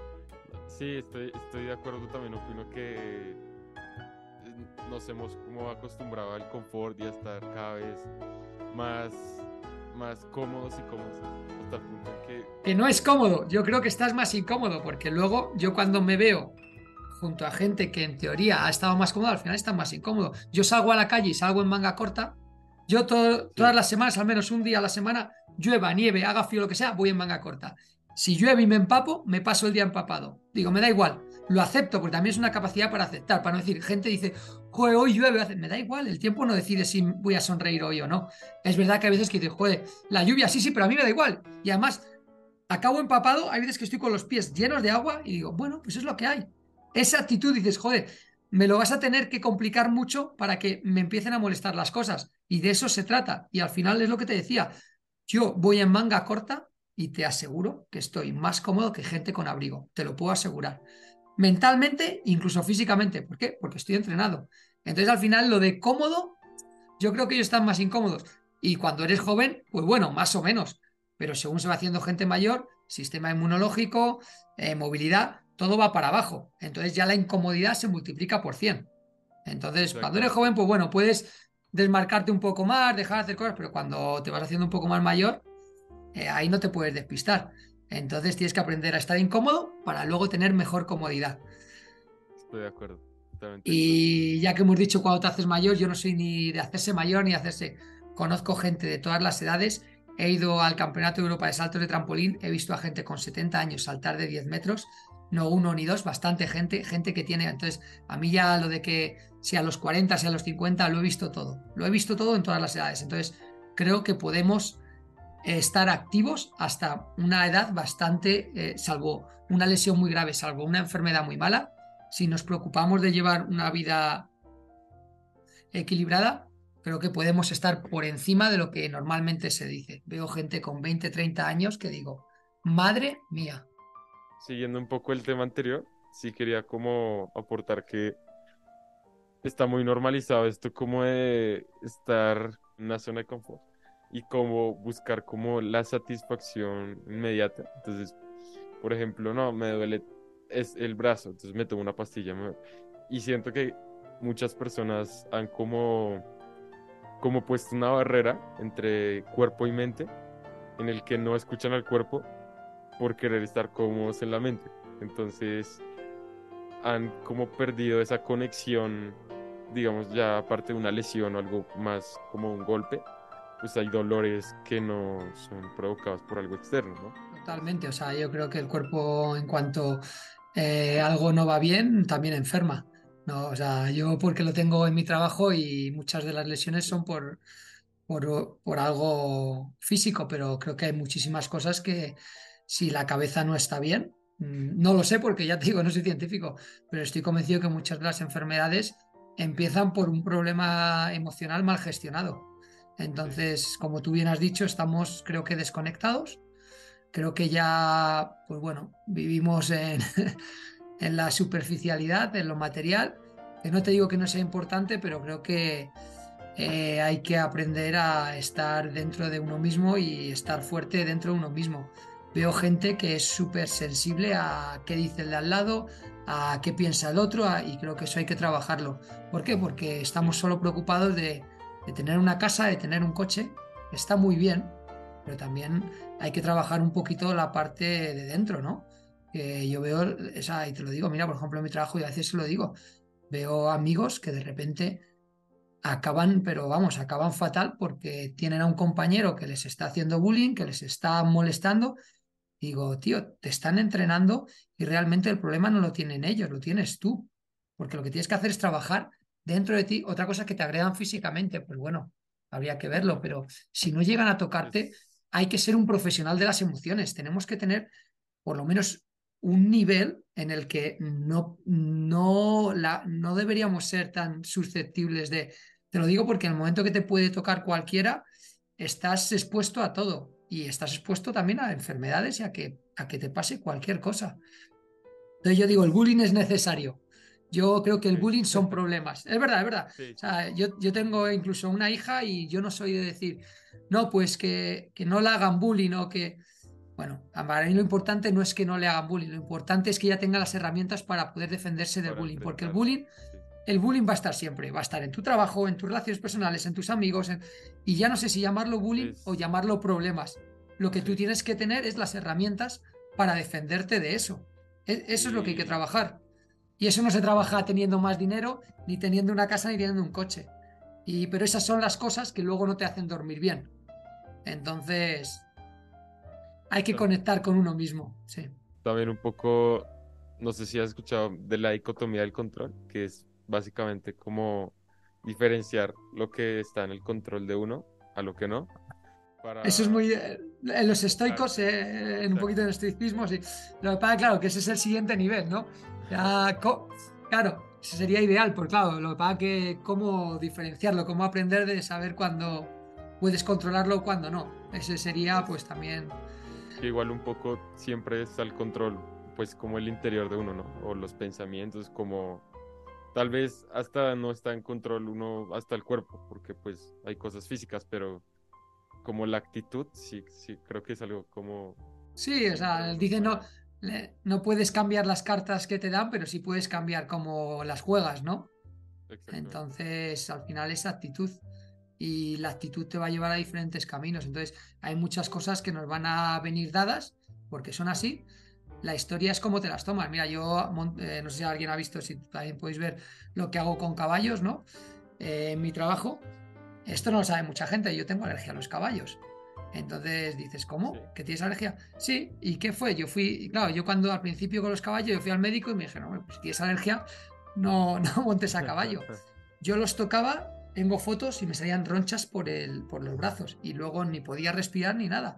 sí, estoy, estoy de acuerdo también. Opino que eh, nos hemos como acostumbrado al confort y a estar cada vez más, más cómodos y cómodos hasta el punto en que Que no es cómodo, yo creo que estás más incómodo, porque luego yo cuando me veo junto a gente que en teoría ha estado más cómodo, al final está más incómodo. Yo salgo a la calle y salgo en manga corta, yo to- todas sí, las semanas, al menos un día a la semana, llueva, nieve, haga frío, lo que sea, voy en manga corta. Si llueve y me empapo, me paso el día empapado. Digo, me da igual, lo acepto, porque también es una capacidad para aceptar, para no decir, gente dice, joder, hoy llueve, hace-". Me da igual, el tiempo no decide si voy a sonreír hoy o no. Es verdad que hay veces que dices, joder, la lluvia sí, sí, pero a mí me da igual. Y además, acabo empapado, hay veces que estoy con los pies llenos de agua y digo, bueno, pues es lo que hay. Esa actitud dices, joder, me lo vas a tener que complicar mucho para que me empiecen a molestar las cosas. Y de eso se trata. Y al final es lo que te decía, yo voy en manga corta y te aseguro que estoy más cómodo que gente con abrigo, te lo puedo asegurar. Mentalmente, incluso físicamente. ¿Por qué? Porque estoy entrenado. Entonces al final lo de cómodo, yo creo que ellos están más incómodos. Y cuando eres joven, pues bueno, más o menos. Pero según se va haciendo gente mayor, sistema inmunológico, eh, movilidad, todo va para abajo. Entonces ya la incomodidad se multiplica por cien. Entonces, cuando eres exactamente. joven, pues bueno, puedes desmarcarte un poco más, dejar de hacer cosas, pero cuando te vas haciendo un poco más mayor, eh, ahí no te puedes despistar. Entonces tienes que aprender a estar incómodo para luego tener mejor comodidad. Estoy de acuerdo. totalmente de acuerdo. Y ya que hemos dicho cuando te haces mayor, yo no soy ni de hacerse mayor ni de hacerse. Conozco gente de todas las edades. He ido al Campeonato de Europa de Saltos de Trampolín. He visto a gente con setenta años saltar de diez metros. No uno ni dos, bastante gente. Gente que tiene. Entonces, a mí ya lo de que sea a los cuarenta, sea a los cincuenta, lo he visto todo. Lo he visto todo en todas las edades. Entonces, creo que podemos eh, estar activos hasta una edad bastante, eh, salvo una lesión muy grave, salvo una enfermedad muy mala. Si nos preocupamos de llevar una vida equilibrada, creo que podemos estar por encima de lo que normalmente se dice. Veo gente con veinte, treinta años que digo, madre mía. Siguiendo un poco el tema anterior, sí quería como aportar que está muy normalizado esto como de estar en una zona de confort y como buscar como la satisfacción inmediata. Entonces, por ejemplo, no, me duele es el brazo, entonces me tomo una pastilla me- y siento que muchas personas han como, como puesto una barrera entre cuerpo y mente en el que no escuchan al cuerpo por querer estar cómodos en la mente. Entonces han como perdido esa conexión, digamos, ya aparte de una lesión o algo más como un golpe, pues hay dolores que no son provocados por algo externo, ¿no? Totalmente, o sea, yo creo que el cuerpo en cuanto eh, algo no va bien, también enferma. No, o sea, yo porque lo tengo en mi trabajo y muchas de las lesiones son por, por, por algo físico, pero creo que hay muchísimas cosas que si la cabeza no está bien, mm, no lo sé porque ya te digo, no soy científico, pero estoy convencido que muchas de las enfermedades empiezan por un problema emocional mal gestionado. Sí, Entonces, como tú bien has dicho, estamos creo que desconectados. Creo que ya, pues bueno, vivimos en, en la superficialidad, en lo material, que no te digo que no sea importante, pero creo que eh, hay que aprender a estar dentro de uno mismo y estar fuerte dentro de uno mismo. Veo gente que es súper sensible a qué dice el de al lado, a qué piensa el otro, a- y creo que eso hay que trabajarlo. ¿Por qué? Porque estamos sí, solo preocupados de, de tener una casa, de tener un coche. Está muy bien, pero también hay que trabajar un poquito la parte de dentro, ¿no? Que yo veo, esa, y te lo digo, mira, por ejemplo, en mi trabajo, y a veces se lo digo, veo amigos que de repente acaban, pero vamos, acaban fatal porque tienen a un compañero que les está haciendo bullying, que les está molestando. Digo, tío, te están entrenando y realmente el problema no lo tienen ellos, lo tienes tú. Porque lo que tienes que hacer es trabajar dentro de ti. Otra cosa es que te agredan físicamente, pues bueno, habría que verlo, pero si no llegan a tocarte, es, hay que ser un profesional de las emociones. Tenemos que tener por lo menos un nivel en el que no, no, la, no deberíamos ser tan susceptibles de... Te lo digo porque en el momento que te puede tocar cualquiera, estás expuesto a todo y estás expuesto también a enfermedades y a que, a que te pase cualquier cosa. Entonces yo digo, el es, bullying es necesario. Yo creo que el sí, bullying son problemas. Es verdad, es verdad. sí, O sí, sea, yo, yo tengo incluso una hija y yo no soy de decir, no, pues que, que no la hagan bullying o que... Bueno, para mí lo importante no es que no le hagan bullying, lo importante es que ella tenga las herramientas para poder defenderse del para bullying, porque el enfrentarlo, bullying, sí, el bullying va a estar siempre, va a estar en tu trabajo, en tus relaciones personales, en tus amigos, en- y ya no sé si llamarlo bullying o es, llamarlo problemas. Lo que tú sí, tienes que tener es las herramientas para defenderte de eso. E- Eso es lo que hay que y trabajar. Y eso no se trabaja teniendo más dinero, ni teniendo una casa, ni teniendo un coche. Y, pero esas son las cosas que luego no te hacen dormir bien. Entonces, hay que tam- conectar con uno mismo. Sí. también un poco, no sé si has escuchado de la dicotomía del control, que es básicamente como diferenciar lo que está en el control de uno a lo que no, Eso es para muy... eh, En los estoicos, enfocarse. eh, en un poquito Exacto, de estoicismo, sí. Lo que pasa, claro, que ese es el siguiente nivel, ¿no? Ya, co- claro, ese sería ideal, pues claro, lo que pasa que cómo diferenciarlo, cómo aprender de saber cuándo puedes controlarlo o cuándo no. Ese sería, es pues también... que igual un poco siempre está el control, pues como el interior de uno, ¿no? O los pensamientos, como tal vez hasta no está en control uno, hasta el cuerpo, porque pues hay cosas físicas, pero como la actitud, sí, sí, creo que es algo como Sí, o siempre sea, uno dice no, puede. le- no puedes cambiar las cartas que te dan, pero sí puedes cambiar cómo las juegas, ¿no? Exactamente. Entonces, al final es actitud y la actitud te va a llevar a diferentes caminos. Entonces, hay muchas cosas que nos van a venir dadas porque son así. la historia es cómo te las tomas. Mira, yo eh, no sé si alguien ha visto, si también podéis ver lo que hago con caballos, ¿no? Eh, en mi trabajo, esto no lo sabe mucha gente, yo tengo alergia a los caballos. Entonces dices, Sí. ¿cómo? ¿Que tienes alergia? Sí, ¿y qué fue? Yo fui, claro, yo cuando al principio con los caballos, yo fui al médico y me dijeron, "Bueno, pues si tienes alergia, no, no montes a caballo". Yo los tocaba, tengo fotos y me salían ronchas por el, por los brazos y luego ni podía respirar ni nada.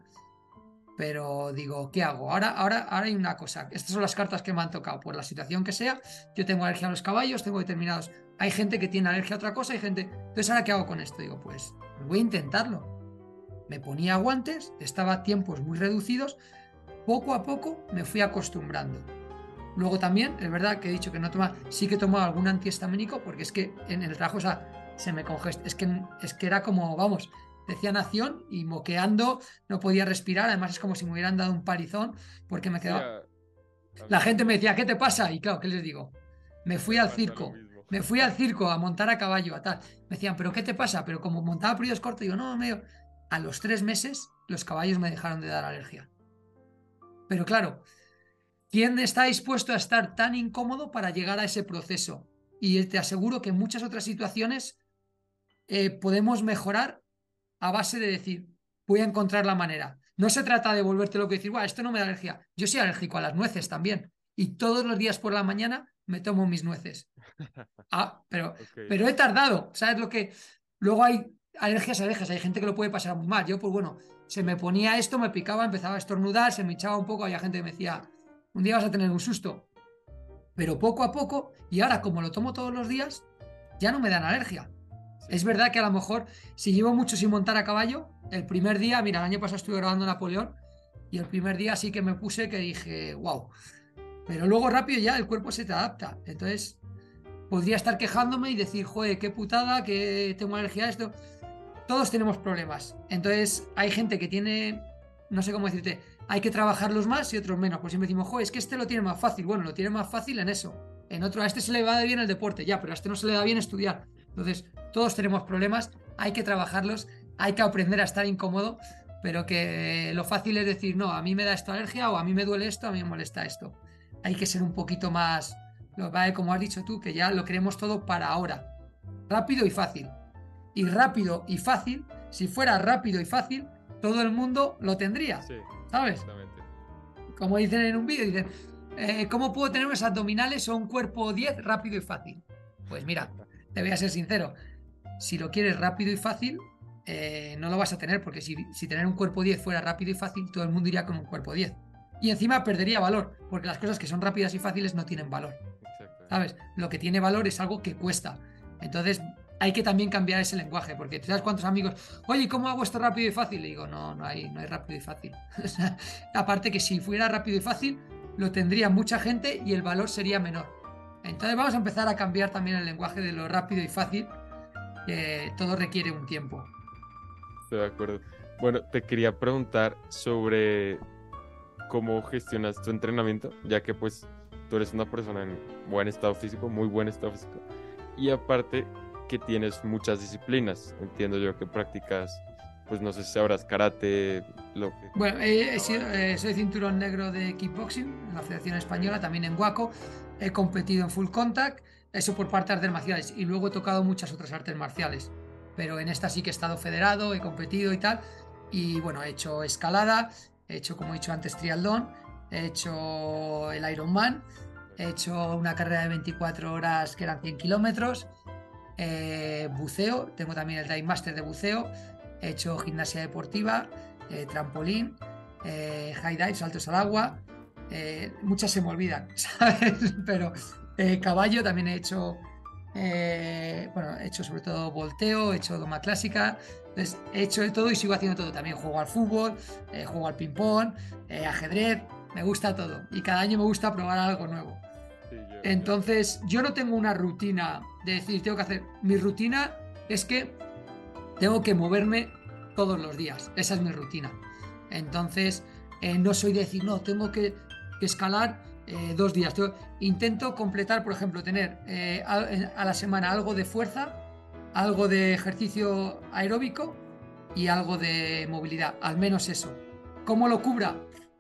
Pero digo, ¿qué hago? Ahora, ahora, ahora hay una cosa. Estas son las cartas que me han tocado. Por la situación que sea, yo tengo alergia a los caballos, tengo determinados. Hay gente que tiene alergia a otra cosa, hay gente. Entonces, ¿ahora qué hago con esto? Digo, pues voy a intentarlo. Me ponía guantes, estaba a tiempos muy reducidos. Poco a poco me fui acostumbrando. Luego también, es verdad que he dicho que no toma, sí que he tomado algún antihistamínico, porque es que en el trabajo, o sea, se me congesta. Es que, es que era como, vamos, decía nación y moqueando, no podía respirar. Además, es como si me hubieran dado un palizón, porque me Sí, quedaba. a, a La mí gente me también decía, ¿qué te pasa? Y claro, ¿qué les digo? Me fui me al pasa lo circo, mismo. me fui al circo a montar a caballo, a tal. Me decían, ¿pero qué te pasa? Pero como montaba periodos cortos, digo, no, medio. A los tres meses, los caballos me dejaron de dar alergia. Pero claro, ¿quién está dispuesto a estar tan incómodo para llegar a ese proceso? Y te aseguro que en muchas otras situaciones eh, podemos mejorar a base de decir, voy a encontrar la manera. No se trata de volverte loco y decir, "Buah, esto no me da alergia". Yo soy alérgico a las nueces también. Y todos los días por la mañana me tomo mis nueces. Ah, pero, Ok, pero he tardado. ¿Sabes lo que? Luego hay alergias, alergias. Hay gente que lo puede pasar muy mal. Yo, pues bueno, se me sí. ponía esto, me picaba, empezaba a estornudar, se me hinchaba un poco. Había gente que me decía, un día vas a tener un susto. Pero poco a poco, y ahora como lo tomo todos los días, ya no me dan alergia. Sí. Es verdad que a lo mejor si llevo mucho sin montar a caballo, el primer día, mira, el año pasado estuve grabando Napoleón y el primer día sí que me puse que dije, wow, pero luego rápido ya el cuerpo se te adapta. Entonces podría estar quejándome y decir, joder, qué putada, que tengo alergia a esto. Todos tenemos problemas. Entonces hay gente que tiene, no sé cómo decirte, hay que trabajarlos más y otros menos. Pues siempre decimos, joder, es que este lo tiene más fácil. Bueno, lo tiene más fácil en eso. En otro, a este se le va de bien el deporte, ya, pero a este no se le da bien estudiar. Entonces, todos tenemos problemas, hay que trabajarlos, hay que aprender a estar incómodo, pero que lo fácil es decir, no, a mí me da esto alergia o a mí me duele esto, a mí me molesta esto. Hay que ser un poquito más, lo vale, como has dicho tú, que ya lo queremos todo para ahora. Rápido y fácil. Y rápido y fácil, si fuera rápido y fácil, todo el mundo lo tendría, Sí, ¿sabes? exactamente. Como dicen en un vídeo, dicen, eh, ¿cómo puedo tener unos abdominales o un cuerpo diez rápido y fácil? Pues mira, te voy a ser sincero, si lo quieres rápido y fácil, eh, no lo vas a tener, porque si, si tener un cuerpo diez fuera rápido y fácil, todo el mundo iría con un cuerpo diez. Y encima perdería valor, porque las cosas que son rápidas y fáciles no tienen valor. Exactamente. ¿Sabes? Lo que tiene valor es algo que cuesta. Entonces hay que también cambiar ese lenguaje, porque ¿tú sabes cuántos amigos? Oye, ¿cómo hago esto rápido y fácil? Le digo, no, no hay, no hay rápido y fácil. O sea, aparte que si fuera rápido y fácil, lo tendría mucha gente y el valor sería menor. Entonces vamos a empezar a cambiar también el lenguaje de lo rápido y fácil, que todo requiere un tiempo. Estoy de acuerdo. Bueno, te quería preguntar sobre cómo gestionas tu entrenamiento, ya que pues tú eres una persona en buen estado físico, muy buen estado físico, y aparte que tienes muchas disciplinas. Entiendo yo que practicas, pues no sé si sabrás karate, lo que... Bueno, eh, he sido- caballo. eh, soy cinturón negro de kickboxing en la Federación Española, también en Waco. He competido en full contact, eso por parte de artes marciales. Y luego he tocado muchas otras artes marciales. Pero en esta sí que he estado federado, he competido y tal. Y bueno, he hecho escalada, he hecho, como he dicho antes, triatlón, he hecho el Ironman, he hecho una carrera de veinticuatro horas que eran cien kilómetros, eh, buceo, tengo también el Dive Master de buceo, he hecho gimnasia deportiva, eh, trampolín, eh, high dive, saltos al agua, eh, muchas se me olvidan, ¿sabes? Pero eh, caballo también he hecho, eh, bueno, he hecho sobre todo volteo, he hecho doma clásica, entonces he hecho de todo y sigo haciendo todo. También juego al fútbol, eh, juego al ping-pong, eh, ajedrez, me gusta todo y cada año me gusta probar algo nuevo. Sí, yo, yo también. Entonces, yo no tengo una rutina de decir, tengo que hacer. Mi rutina es que tengo que moverme todos los días. Esa es mi rutina. Entonces, eh, no soy de decir, no, tengo que, que escalar eh, dos días. Tengo- intento completar, por ejemplo, tener eh, a, a la semana algo de fuerza, algo de ejercicio aeróbico y algo de movilidad. Al menos eso. ¿Cómo lo cubra?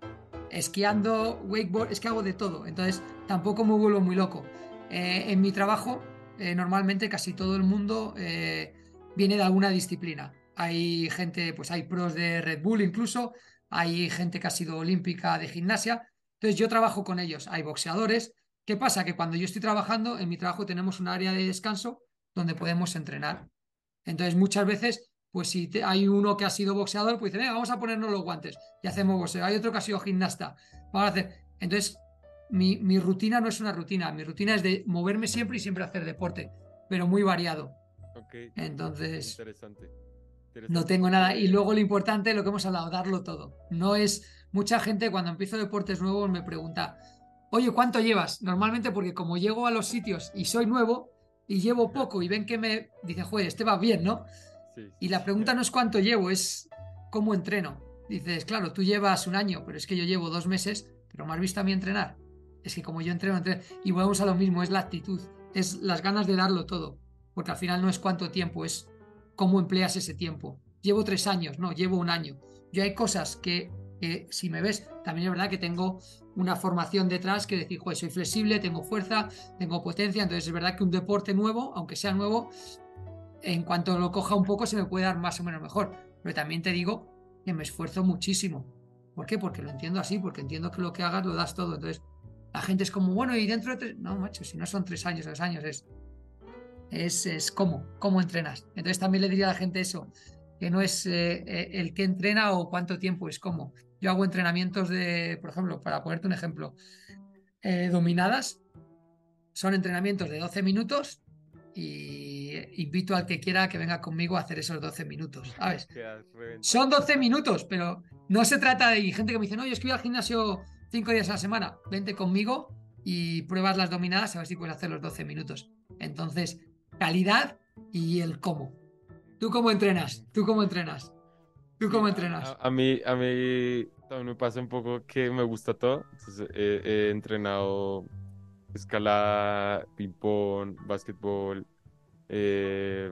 esquiando, wakeboard, es que hago de todo, entonces tampoco me vuelvo muy loco. Eh, en mi trabajo, eh, normalmente casi todo el mundo eh, viene de alguna disciplina. Hay gente, pues hay pros de Red Bull incluso, hay gente que ha sido olímpica de gimnasia, entonces yo trabajo con ellos, hay boxeadores. ¿Qué pasa? Que cuando yo estoy trabajando, en mi trabajo tenemos un área de descanso donde podemos entrenar. Entonces, muchas veces, pues si te- hay uno que ha sido boxeador, pues dice, venga, vamos a ponernos los guantes y hacemos boxeo. Hay otro que ha sido gimnasta. Vamos a hacer. Entonces, mi, mi rutina no es una rutina, mi rutina es de moverme siempre y siempre hacer deporte, pero muy variado. Ok, Entonces, interesante. no Interesante tengo nada. Y porque... luego lo importante, lo que hemos hablado, darlo todo. No es. Mucha gente cuando empiezo deportes nuevos me pregunta, oye, ¿cuánto llevas? Normalmente porque como llego a los sitios y soy nuevo y llevo poco y ven que me dicen, joder, este va bien, ¿no? Sí, Y sí, la sí. pregunta no es cuánto llevo, es cómo entreno. Dices, claro, tú llevas un año, pero es que yo llevo dos meses, pero ¿me has visto a mí entrenar? Es que como yo entreno, entreno. Y volvemos a lo mismo, es la actitud, es las ganas de darlo todo. Porque al final no es cuánto tiempo, es cómo empleas ese tiempo. Llevo tres años, no, llevo un año. Yo hay cosas que, que si me ves, también es verdad que tengo una formación detrás que decir, joder, soy flexible, tengo fuerza, tengo potencia. Entonces es verdad que un deporte nuevo, aunque sea nuevo, en cuanto lo coja un poco se me puede dar más o menos mejor. Pero también te digo que me esfuerzo muchísimo. ¿Por qué? Porque lo entiendo así, porque entiendo que lo que hagas lo das todo. Entonces, la gente es como, bueno, y dentro de tres... No, macho, si no son tres años, dos años, es, es, es cómo, cómo entrenas. Entonces también le diría a la gente eso, que no es eh, eh, el que entrena o cuánto tiempo, es cómo. Yo hago entrenamientos de, por ejemplo, para ponerte un ejemplo, eh, dominadas, son entrenamientos de doce minutos y invito al que quiera que venga conmigo a hacer esos doce minutos, ¿sabes? Quedas Son reventado. doce minutos, pero no se trata de... Y gente que me dice, no, yo es que voy al gimnasio cinco días a la semana, vente conmigo y pruebas las dominadas a ver si puedes hacer los doce minutos. Entonces, calidad y el cómo. ¿Tú cómo entrenas? ¿Tú cómo entrenas? ¿Tú Sí, cómo a, entrenas? a- a mí, a mí también me pasa un poco que me gusta todo. Entonces, he, he entrenado escalada, ping-pong, básquetbol, eh,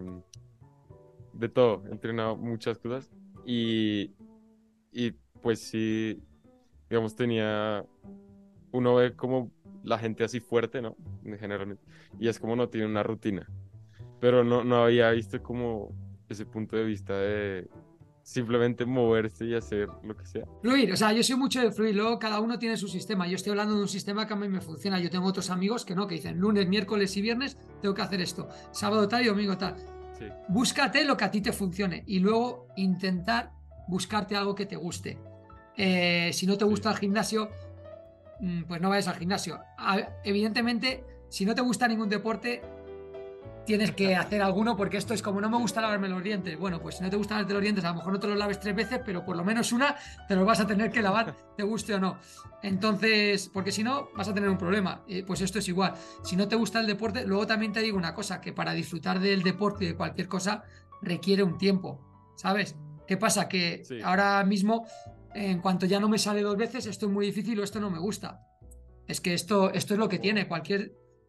de todo. He entrenado muchas cosas y, y pues sí, digamos, tenía, uno ve como la gente así fuerte, ¿no? Generalmente. Y es como no tiene una rutina. Pero no, no había visto como ese punto de vista de simplemente moverse y hacer lo que sea. Fluir, o sea, yo soy mucho de fluir, luego cada uno tiene su sistema. Yo estoy hablando de un sistema que a mí me funciona. Yo tengo otros amigos que no, que dicen lunes, miércoles y viernes tengo que hacer esto, sábado tal y domingo tal. Sí, Búscate lo que a ti te funcione y luego intentar buscarte algo que te guste. Eh, si no te sí, gusta el gimnasio, mm, pues no vayas al gimnasio. A- evidentemente, si no te gusta ningún deporte, tienes que hacer alguno porque esto es como no me sí, gusta lavarme los dientes. Bueno, pues si no te gustan lavarte los dientes, a lo mejor no te los laves tres veces, pero por lo menos una te los vas a tener que lavar, te guste o no. Entonces, porque si no, vas a tener un problema. Eh, pues esto es igual. Si no te gusta el deporte, luego también te digo una cosa, que para disfrutar del deporte y de cualquier cosa requiere un tiempo, ¿sabes? ¿Qué pasa? Que sí, ahora mismo, en cuanto ya no me sale dos veces, esto es muy difícil o esto no me gusta. Es que esto, esto es lo que tiene. Cualquier,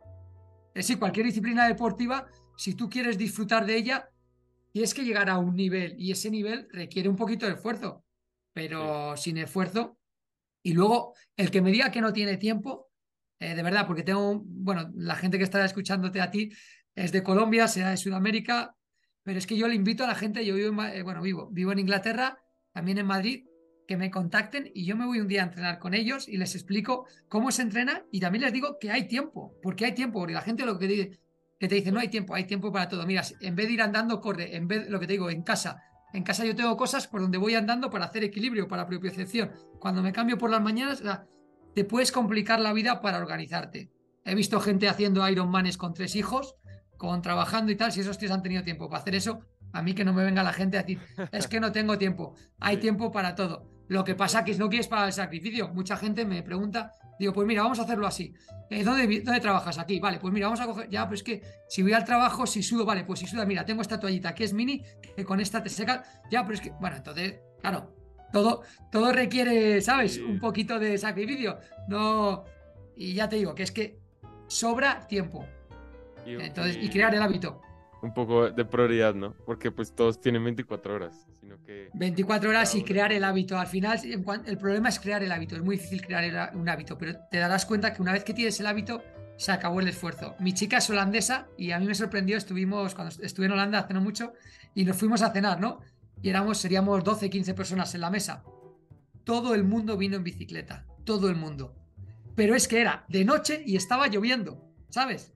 es decir, cualquier disciplina deportiva, si tú quieres disfrutar de ella, tienes que llegar a un nivel y ese nivel requiere un poquito de esfuerzo, sí, pero sin esfuerzo. Y luego, el que me diga que no tiene tiempo, eh, de verdad, porque tengo, bueno, la gente que está escuchándote a ti es de Colombia, sea de Sudamérica, pero es que yo le invito a la gente, yo vivo, en Ma- eh, bueno, vivo, vivo en Inglaterra, también en Madrid, que me contacten y yo me voy un día a entrenar con ellos y les explico cómo se entrena y también les digo que hay tiempo, porque hay tiempo, porque la gente lo que, dice, que te dice, no hay tiempo, hay tiempo para todo. Mira, en vez de ir andando, corre, en vez, lo que te digo, en casa. En casa yo tengo cosas por donde voy andando para hacer equilibrio, para propiocepción. Cuando me cambio por las mañanas, o sea, te puedes complicar la vida para organizarte. He visto gente haciendo Ironmanes con tres hijos, con trabajando y tal. Si esos tíos han tenido tiempo para hacer eso, a mí que no me venga la gente a decir, es que no tengo tiempo. Hay sí, tiempo para todo. Lo que pasa que no quieres para el sacrificio. Mucha gente me pregunta, digo, pues mira, vamos a hacerlo así. Eh, ¿dónde, ¿Dónde trabajas? Aquí. Vale, pues mira, vamos a coger. Ya, pues es que si voy al trabajo, si sudo, vale, pues si suda, mira, tengo esta toallita que es mini, que con esta te seca. Ya, pero es que, bueno, entonces, claro, todo, todo requiere, ¿sabes? Un sí. poquito de sacrificio. No. Y ya te digo, que es que sobra tiempo. Y, Entonces, y crear y el hábito. un poco de prioridad, ¿no? Porque pues todos tienen veinticuatro horas, sino que veinticuatro horas cada y uno crear el tiene... hábito. Al final, en cuan- el problema es crear el hábito. Es muy difícil crear el- un hábito, pero te darás cuenta que una vez que tienes el hábito, se acabó el esfuerzo. Mi chica es holandesa y a mí me sorprendió, estuvimos, cuando estuve en Holanda hace no mucho, y nos fuimos a cenar, ¿no? Y éramos, seríamos doce quince personas en la mesa. Todo el mundo vino en bicicleta, todo el mundo. Pero es que era de noche y estaba lloviendo, ¿sabes?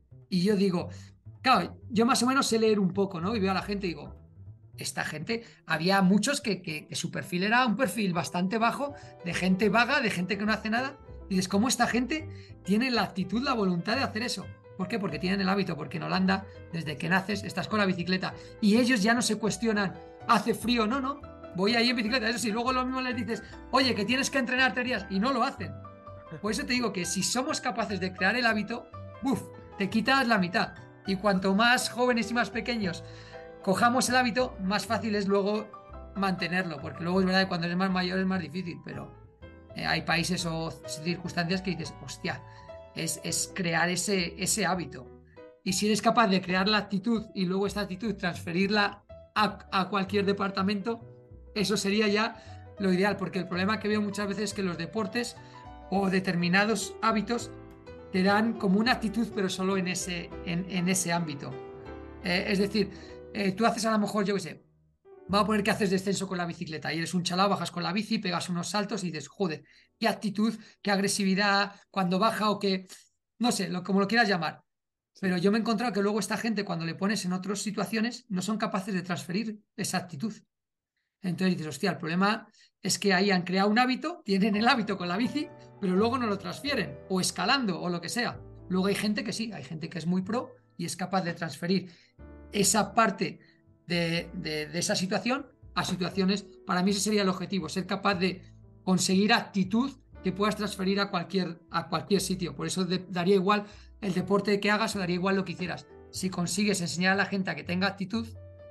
Y yo digo, claro, yo más o menos sé leer un poco, ¿no? Y veo a la gente y digo, esta gente, había muchos que, que, que su perfil era un perfil bastante bajo, de gente vaga, de gente que no hace nada. Y dices, ¿cómo esta gente tiene la actitud, la voluntad de hacer eso? ¿Por qué? Porque tienen el hábito, porque en Holanda, desde que naces, estás con la bicicleta y ellos ya no se cuestionan, hace frío, no, no, voy ahí en bicicleta. Eso sí, luego lo mismo les dices, oye, que tienes que entrenar teorías y no lo hacen. Por eso te digo que si somos capaces de crear el hábito, ¡buf!, te quitas la mitad. Y cuanto más jóvenes y más pequeños cojamos el hábito, más fácil es luego mantenerlo, porque luego es verdad que cuando eres más mayor es más difícil, pero eh, hay países o circunstancias que dices, hostia, es, es crear ese, ese hábito. Y si eres capaz de crear la actitud y luego esta actitud transferirla a, a cualquier departamento, eso sería ya lo ideal, porque el problema que veo muchas veces es que los deportes o determinados hábitos te dan como una actitud, pero solo en ese, en, en ese ámbito. Eh, es decir, eh, tú haces a lo mejor, yo qué sé, vamos a poner que haces descenso con la bicicleta y eres un chalao, bajas con la bici, pegas unos saltos y dices, joder, qué actitud, qué agresividad cuando baja o qué, no sé, lo, como lo quieras llamar. Sí, Pero yo me he encontrado que luego esta gente, cuando le pones en otras situaciones, no son capaces de transferir esa actitud. Entonces dices, hostia, el problema es que ahí han creado un hábito, tienen el hábito con la bici, pero luego no lo transfieren, o escalando, o lo que sea. Luego hay gente que sí, hay gente que es muy pro y es capaz de transferir esa parte de, de, de esa situación a situaciones. Para mí ese sería el objetivo, ser capaz de conseguir actitud que puedas transferir a cualquier, a cualquier sitio. Por eso de, daría igual el deporte que hagas o daría igual lo que hicieras. Si consigues enseñar a la gente a que tenga actitud,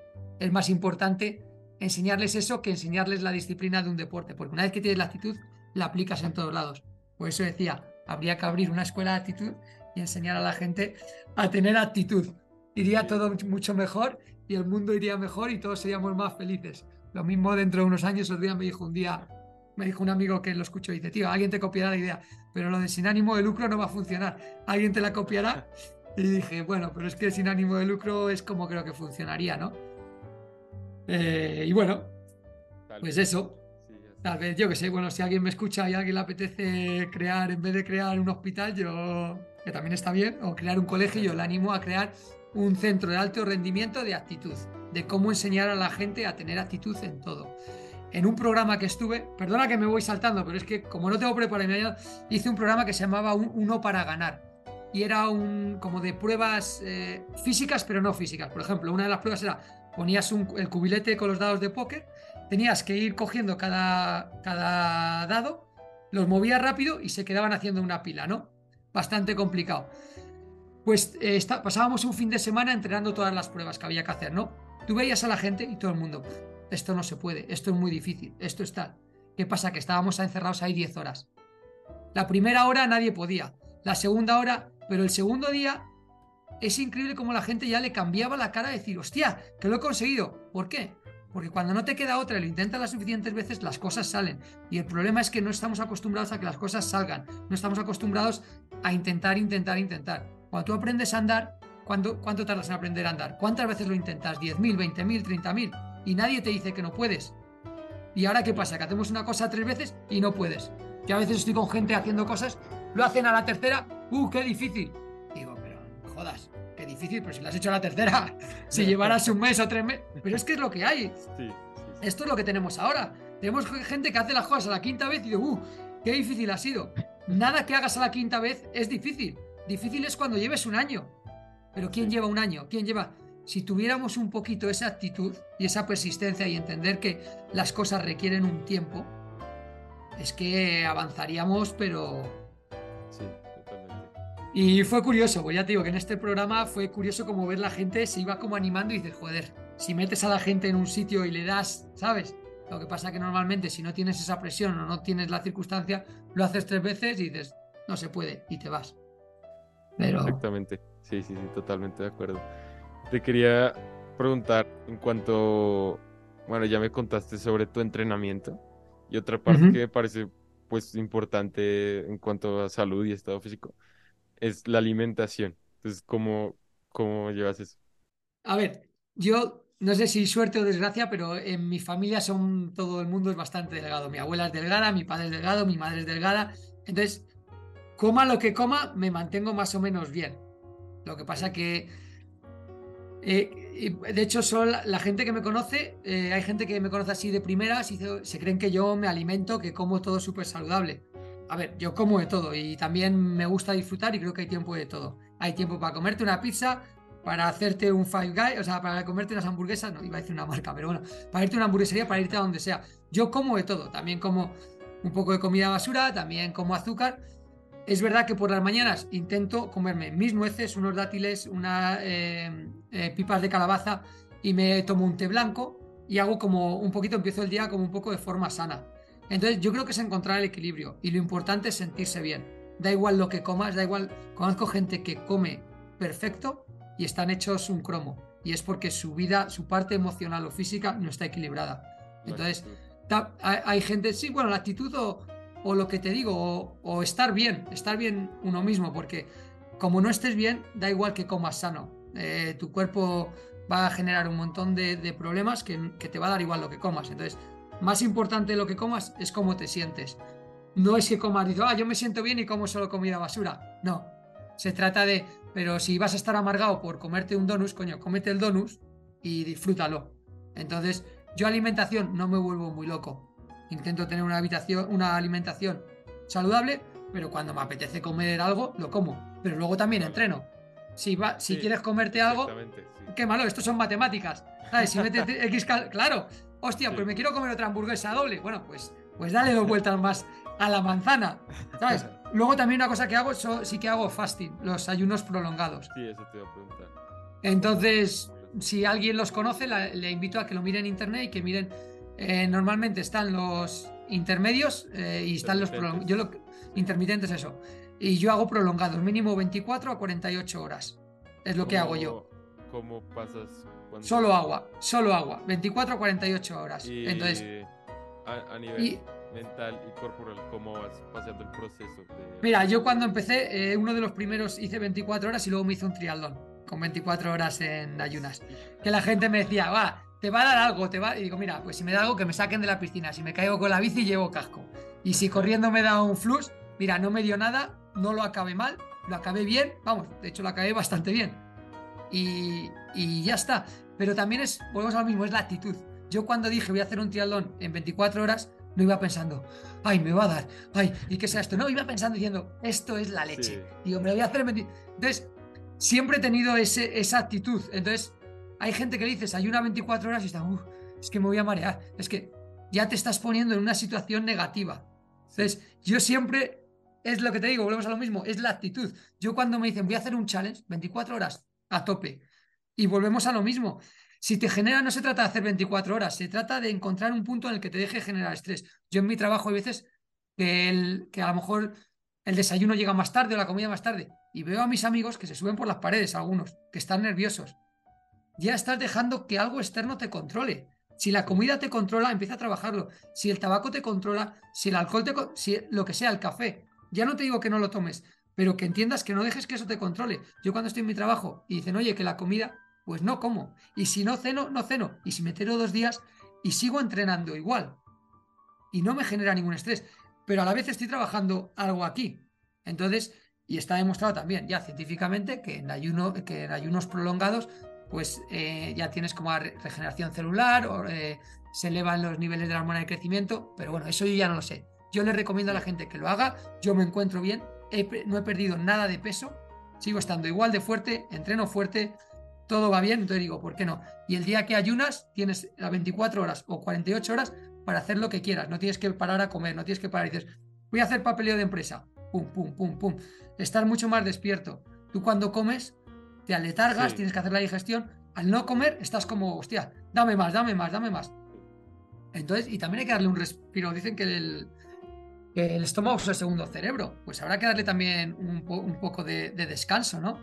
es más importante enseñarles eso que enseñarles la disciplina de un deporte, porque una vez que tienes la actitud, la aplicas en todos lados. Por eso decía, habría que abrir una escuela de actitud y enseñar a la gente a tener actitud. Iría sí, todo mucho mejor y el mundo iría mejor y todos seríamos más felices. Lo mismo dentro de unos años, otro día me dijo un día, me dijo un amigo que lo escuchó y dice, tío, alguien te copiará la idea, pero lo de sin ánimo de lucro no va a funcionar. Alguien te la copiará. Y dije, bueno, pero es que sin ánimo de lucro es como creo que funcionaría, ¿no? Eh, y bueno, tal pues vez. eso, Sí, así tal es. vez, yo que sé, bueno, si alguien me escucha y a alguien le apetece crear, en vez de crear un hospital, yo, que también está bien, o crear un colegio, yo le animo a crear un centro de alto rendimiento de actitud, de cómo enseñar a la gente a tener actitud en todo. En un programa que estuve, perdona que me voy saltando, pero es que como no tengo preparado, hice un programa que se llamaba un, Uno para ganar. Y era un como de pruebas eh, físicas, pero no físicas. Por ejemplo, una de las pruebas era, ponías un, el cubilete con los dados de póker, tenías que ir cogiendo cada, cada dado, los movías rápido y se quedaban haciendo una pila, ¿no? Bastante complicado. Pues eh, está, pasábamos un fin de semana entrenando todas las pruebas que había que hacer, ¿no? Tú veías a la gente y todo el mundo, esto no se puede, esto es muy difícil, esto está. ¿Qué pasa? Que estábamos encerrados ahí diez horas. La primera hora nadie podía, la segunda hora, pero el segundo día es increíble cómo la gente ya le cambiaba la cara de decir, hostia, que lo he conseguido. ¿Por qué? Porque cuando no te queda otra y lo intentas las suficientes veces, las cosas salen. Y el problema es que no estamos acostumbrados a que las cosas salgan. No estamos acostumbrados a intentar, intentar, intentar. Cuando tú aprendes a andar, ¿cuánto, cuánto tardas en aprender a andar? ¿Cuántas veces lo intentas? ¿diez mil, veinte mil, treinta mil? Y nadie te dice que no puedes. ¿Y ahora qué Sí, pasa? Que hacemos una cosa tres veces y no puedes. Yo a veces estoy con gente haciendo cosas, lo hacen a la tercera, ¡uh, qué difícil! Digo, pero no jodas, qué difícil, pero si lo has hecho a la tercera, si llevaras un mes o tres meses. Pero es que es lo que hay. sí, sí, sí. Esto es lo que tenemos ahora. Tenemos gente que hace las cosas a la quinta vez y digo, ¡uh, qué difícil ha sido! Nada que hagas a la quinta vez es difícil. Difícil es cuando lleves un año. Pero ¿quién Sí, lleva un año? ¿Quién lleva...? Si tuviéramos un poquito esa actitud y esa persistencia y entender que las cosas requieren un tiempo, es que avanzaríamos, pero... sí, totalmente. Y fue curioso, pues ya te digo que en este programa fue curioso como ver la gente se iba como animando y dices, joder, si metes a la gente en un sitio y le das, ¿sabes? Lo que pasa que normalmente si no tienes esa presión o no tienes la circunstancia, lo haces tres veces y dices, no se puede, y te vas. Pero Exactamente. Sí, sí, sí, totalmente de acuerdo. Te quería preguntar en cuanto, bueno, ya me contaste sobre tu entrenamiento y otra parte que Ujú. me parece pues importante en cuanto a salud y estado físico es la alimentación. Entonces, ¿cómo, cómo llevas eso? A ver, yo no sé si suerte o desgracia, pero en mi familia son todo el mundo es bastante delgado. Mi abuela es delgada, mi padre es delgado, mi madre es delgada. Entonces, coma lo que coma, me mantengo más o menos bien. Lo que pasa Ok. que, eh, y, de hecho, son la, la gente que me conoce, eh, hay gente que me conoce así de primeras y se, se creen que yo me alimento, que como todo súper saludable. A ver, yo como de todo y también me gusta disfrutar y creo que hay tiempo de todo. Hay tiempo para comerte una pizza, para hacerte un Five Guys, o sea, para comerte unas hamburguesas, no iba a decir una marca, pero bueno, para irte a una hamburguesería, para irte a donde sea. Yo como de todo, también como un poco de comida basura, también como azúcar. Es verdad que por las mañanas intento comerme mis nueces, unos dátiles, unas eh, eh, pipas de calabaza y me tomo un té blanco y hago como un poquito, empiezo el día como un poco de forma sana. Entonces yo creo que es encontrar el equilibrio y lo importante es sentirse bien. Da igual lo que comas, da igual. Conozco gente que come perfecto y están hechos un cromo y es porque su vida, su parte emocional o física no está equilibrada. La Entonces actitud. ta- hay, hay gente, sí, bueno, la actitud o o lo que te digo, o, o estar bien, estar bien uno mismo, porque como no estés bien, da igual que comas sano. Eh, tu cuerpo va a generar un montón de, de problemas que, que te va a dar igual lo que comas. Entonces, más importante de lo que comas es cómo te sientes. No es que comas, dices, ah, yo me siento bien y como solo comida basura. No, se trata de, pero si vas a estar amargado por comerte un donus, coño, cómete el donus y disfrútalo. Entonces, yo alimentación no me vuelvo muy loco. Intento tener una habitación, una alimentación saludable, pero cuando me apetece comer algo, lo como. Pero luego también Vale. entreno. Si, va, si Sí, quieres comerte algo, exactamente, sí. qué malo, esto son matemáticas. ¿Sabes? Si metes X, cal- claro, hostia, pues Sí. me quiero comer otra hamburguesa doble. Bueno, pues, pues dale dos vueltas más a la manzana. ¿Sabes? Luego también una cosa que hago, so- sí que hago fasting, los ayunos prolongados. Sí, eso te iba a preguntar. Entonces, ¿Cómo lo haces? si alguien los conoce, la- le invito a que lo miren en internet y que miren. Eh, normalmente están los intermedios eh, y están los prolongados. Yo Intermitentes. lo, Sí. intermitentes, eso. Y yo hago prolongados, mínimo veinticuatro a cuarenta y ocho horas. Es lo que hago yo. ¿Cómo, cómo pasas Solo cuando... agua, solo agua. veinticuatro a cuarenta y ocho horas. Entonces, Y a, a nivel y mental y corporal, ¿cómo vas pasando el proceso de mira, yo adaptación? cuando empecé, eh, uno de los primeros hice veinticuatro horas y luego me hice un triatlón con veinticuatro horas en ayunas. Que la Hostia. gente me decía, va, te va a dar algo, te va. Y digo, mira, pues si me da algo, que me saquen de la piscina. Si me caigo con la bici, llevo casco. Y si corriendo me da un flux, mira, no me dio nada, no lo acabé mal, lo acabé bien, vamos, de hecho lo acabé bastante bien. Y, y ya está. Pero también es, volvemos a lo mismo, es la actitud. Yo cuando dije voy a hacer un triatlón en veinticuatro horas, no iba pensando, ay, me va a dar, ay, ¿y qué sea esto? No, iba pensando diciendo, esto es la leche. Sí, Digo, me lo voy a hacer en veinte. Entonces, siempre he tenido ese, esa actitud. Entonces, hay gente que le dices, ayuna veinticuatro horas y está, "Uf, es que me voy a marear". Es que ya te estás poniendo en una situación negativa. sí, Entonces, yo siempre, es lo que te digo, volvemos a lo mismo, es la actitud. Yo cuando me dicen, voy a hacer un challenge, veinticuatro horas, a tope. Y volvemos a lo mismo. Si te genera, no se trata de hacer veinticuatro horas, se trata de encontrar un punto en el que te deje generar estrés. Yo en mi trabajo hay veces que, el, que a lo mejor el desayuno llega más tarde o la comida más tarde y veo a mis amigos que se suben por las paredes, algunos, que están nerviosos. Ya estás dejando que algo externo te controle. Si la sí, comida te controla, empieza a trabajarlo. Si el tabaco te controla, si el alcohol te... con- si lo que sea, el café. Ya no te digo que no lo tomes, pero que entiendas que no dejes que eso te controle. Yo cuando estoy en mi trabajo y dicen, oye, que la comida, pues no como. Y si no ceno, no ceno. Y si me tiro dos días y sigo entrenando igual. Y no me genera ningún estrés. Pero a la vez estoy trabajando algo aquí. Entonces, y está demostrado también ya científicamente que en, ayuno, que en ayunos prolongados pues eh, ya tienes como a re- regeneración celular, o, eh, se elevan los niveles de la hormona de crecimiento, pero bueno, eso yo ya no lo sé. Yo le recomiendo a la sí. gente que lo haga, yo me encuentro bien, he pe- no he perdido nada de peso, sigo estando igual de fuerte, entreno fuerte, todo va bien, entonces digo, ¿por qué no? Y el día que ayunas, tienes las veinticuatro horas o cuarenta y ocho horas para hacer lo que quieras, no tienes que parar a comer, no tienes que parar y dices, voy a hacer papeleo de empresa, pum, pum, pum, pum, estar mucho más despierto. Tú cuando comes te aletargas, Sí, tienes que hacer la digestión. Al no comer, estás como, hostia, dame más, dame más, dame más. sí, Entonces, y también hay que darle un respiro. Dicen que el, que el estómago es el segundo cerebro. Pues habrá que darle también un, po- un poco de, de descanso, ¿no?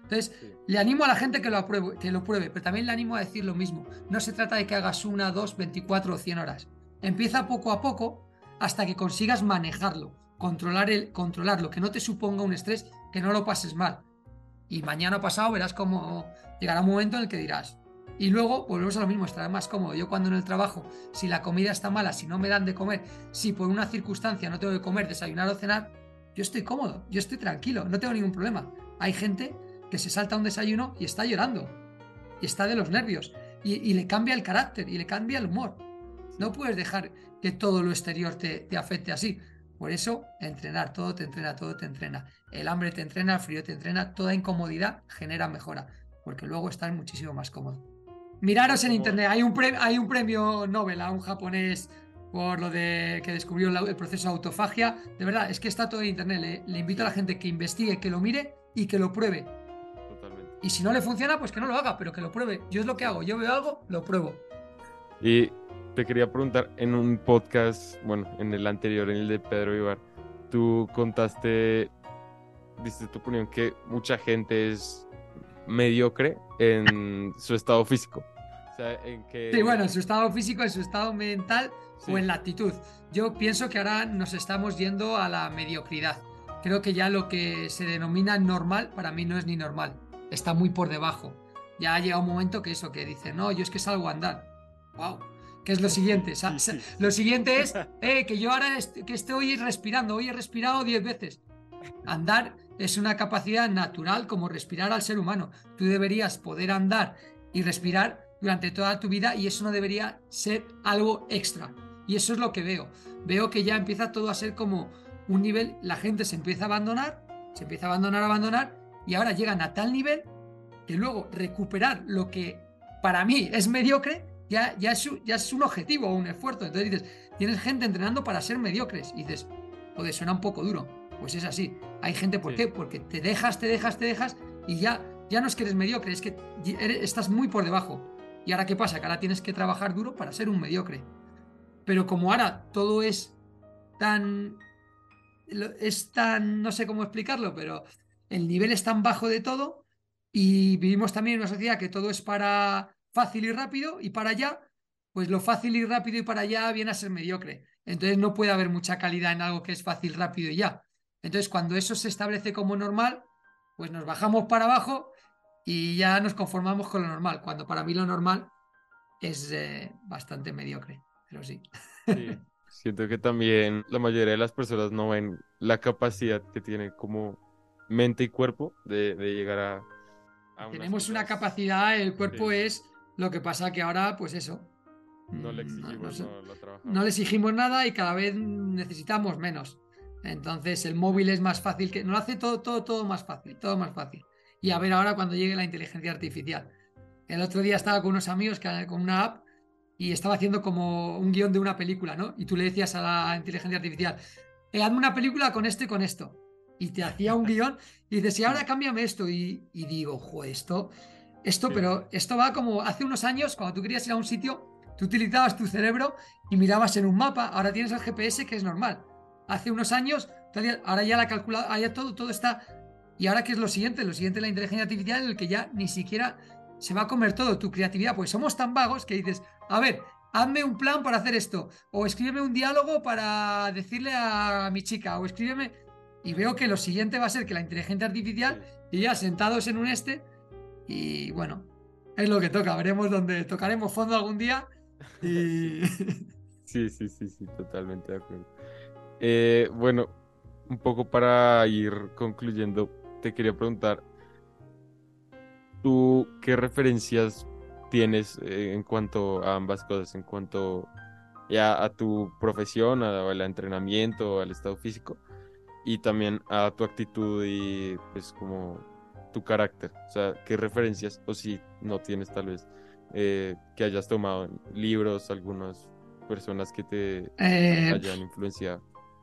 Entonces, Sí. le animo a la gente que lo, apruebe, que lo pruebe, pero también le animo a decir lo mismo. No se trata de que hagas una, dos, veinticuatro o cien horas. Empieza poco a poco hasta que consigas manejarlo, controlar el, controlarlo, que no te suponga un estrés, que no lo pases mal. Y mañana pasado verás cómo llegará un momento en el que dirás. Y luego volvemos a lo mismo, estará más cómodo. Yo cuando en el trabajo, si la comida está mala, si no me dan de comer, si por una circunstancia no tengo que comer, desayunar o cenar, yo estoy cómodo, yo estoy tranquilo, no tengo ningún problema. Hay gente que se salta un desayuno y está llorando, y está de los nervios, y, y le cambia el carácter, y le cambia el humor. No puedes dejar que todo lo exterior te, te afecte así. Por eso, entrenar, todo te entrena, todo te entrena. El hambre te entrena, el frío te entrena, toda incomodidad genera mejora, porque luego estás muchísimo más cómodo. Sí, Miraros en como, internet, hay un, pre- hay un premio Nobel a un japonés por lo de que descubrió la- el proceso de autofagia. De verdad, es que está todo en internet. Le, le invito a la sí, gente que investigue, que lo mire y que lo pruebe. totalmente. Y si no le funciona, pues que no lo haga, pero que lo pruebe. Yo es lo que Sí. hago, yo veo algo, lo pruebo. Y te quería preguntar, en un podcast, bueno, en el anterior, en el de Pedro Ibar, tú contaste, diste tu opinión, que mucha gente es mediocre en su estado físico. O sea, en Sí, bueno, que... en su estado físico, en su estado mental o Sí, en la actitud. Yo pienso que ahora nos estamos yendo a la mediocridad. Creo que ya lo que se denomina normal para mí no es ni normal. Está muy por debajo. Ya ha llegado un momento que eso, que dice, no, yo es que salgo a andar. Wow. ¿Qué es lo sí, siguiente? Sa- sí, sa- sí, Lo sí. siguiente es eh, que yo ahora est- que estoy respirando. Hoy he respirado diez veces. Andar es una capacidad natural como respirar al ser humano. Tú deberías poder andar y respirar durante toda tu vida y eso no debería ser algo extra. Y eso es lo que veo. Veo que ya empieza todo a ser como un nivel, la gente se empieza a abandonar, se empieza a abandonar, a abandonar y ahora llegan a tal nivel que luego recuperar lo que para mí es mediocre ya, ya, es, ya es un objetivo o un esfuerzo. Entonces dices, tienes gente entrenando para ser mediocres y dices, joder, suena un poco duro. Pues es así. Hay gente, ¿por Sí, qué? Porque te dejas, te dejas, te dejas y ya, ya no es que eres mediocre, es que eres, estás muy por debajo. ¿Y ahora qué pasa? Que ahora tienes que trabajar duro para ser un mediocre. Pero como ahora todo es tan, es tan, no sé cómo explicarlo, pero el nivel es tan bajo de todo y vivimos también en una sociedad que todo es para fácil y rápido y para allá, pues lo fácil y rápido y para allá viene a ser mediocre. Entonces no puede haber mucha calidad en algo que es fácil, rápido y ya. Entonces cuando eso se establece como normal, pues nos bajamos para abajo y ya nos conformamos con lo normal, cuando para mí lo normal es eh, bastante mediocre, pero sí. sí. Siento que también la mayoría de las personas no ven la capacidad que tiene como mente y cuerpo de, de llegar a, a unas Tenemos una cosas. capacidad, el cuerpo Sí, es lo que pasa que ahora, pues eso, no le mm, no, no exigimos, sé, no lo no le trabajamos. exigimos nada y cada vez necesitamos menos. Entonces el móvil es más fácil que... Nos lo hace todo, todo, todo más fácil, todo más fácil. Y a ver ahora cuando llegue la inteligencia artificial. El otro día estaba con unos amigos que, con una app y estaba haciendo como un guión de una película, ¿no? Y tú le decías a la inteligencia artificial, eh, hazme una película con esto y con esto. Y te hacía un guión y dices, y ahora Sí, cámbiame esto. Y, y digo, joder, esto, esto, sí, pero esto va como hace unos años, cuando tú querías ir a un sitio, tú utilizabas tu cerebro y mirabas en un mapa. Ahora tienes el G P S, que es normal. Hace unos años, ahora ya la calculadora, ya todo, todo está. Y ahora, ¿qué es lo siguiente? Lo siguiente es la inteligencia artificial, en el que ya ni siquiera se va a comer todo tu creatividad, pues somos tan vagos que dices, a ver, hazme un plan para hacer esto, o escríbeme un diálogo para decirle a mi chica, o escríbeme. Y veo que lo siguiente va a ser que la inteligencia artificial, sí. y ya sentados en un este, y bueno, es lo que toca, veremos dónde tocaremos fondo algún día. Sí, Y sí, sí, sí, sí, totalmente de acuerdo. Eh, bueno, un poco para ir concluyendo, te quería preguntar, ¿tú qué referencias tienes eh, en cuanto a ambas cosas, en cuanto ya a tu profesión, a- al entrenamiento, al estado físico y también a tu actitud y pues como tu carácter? O sea, ¿qué referencias, o si no tienes tal vez, eh, que hayas tomado en libros, algunas personas que te eh, hayan influenciado?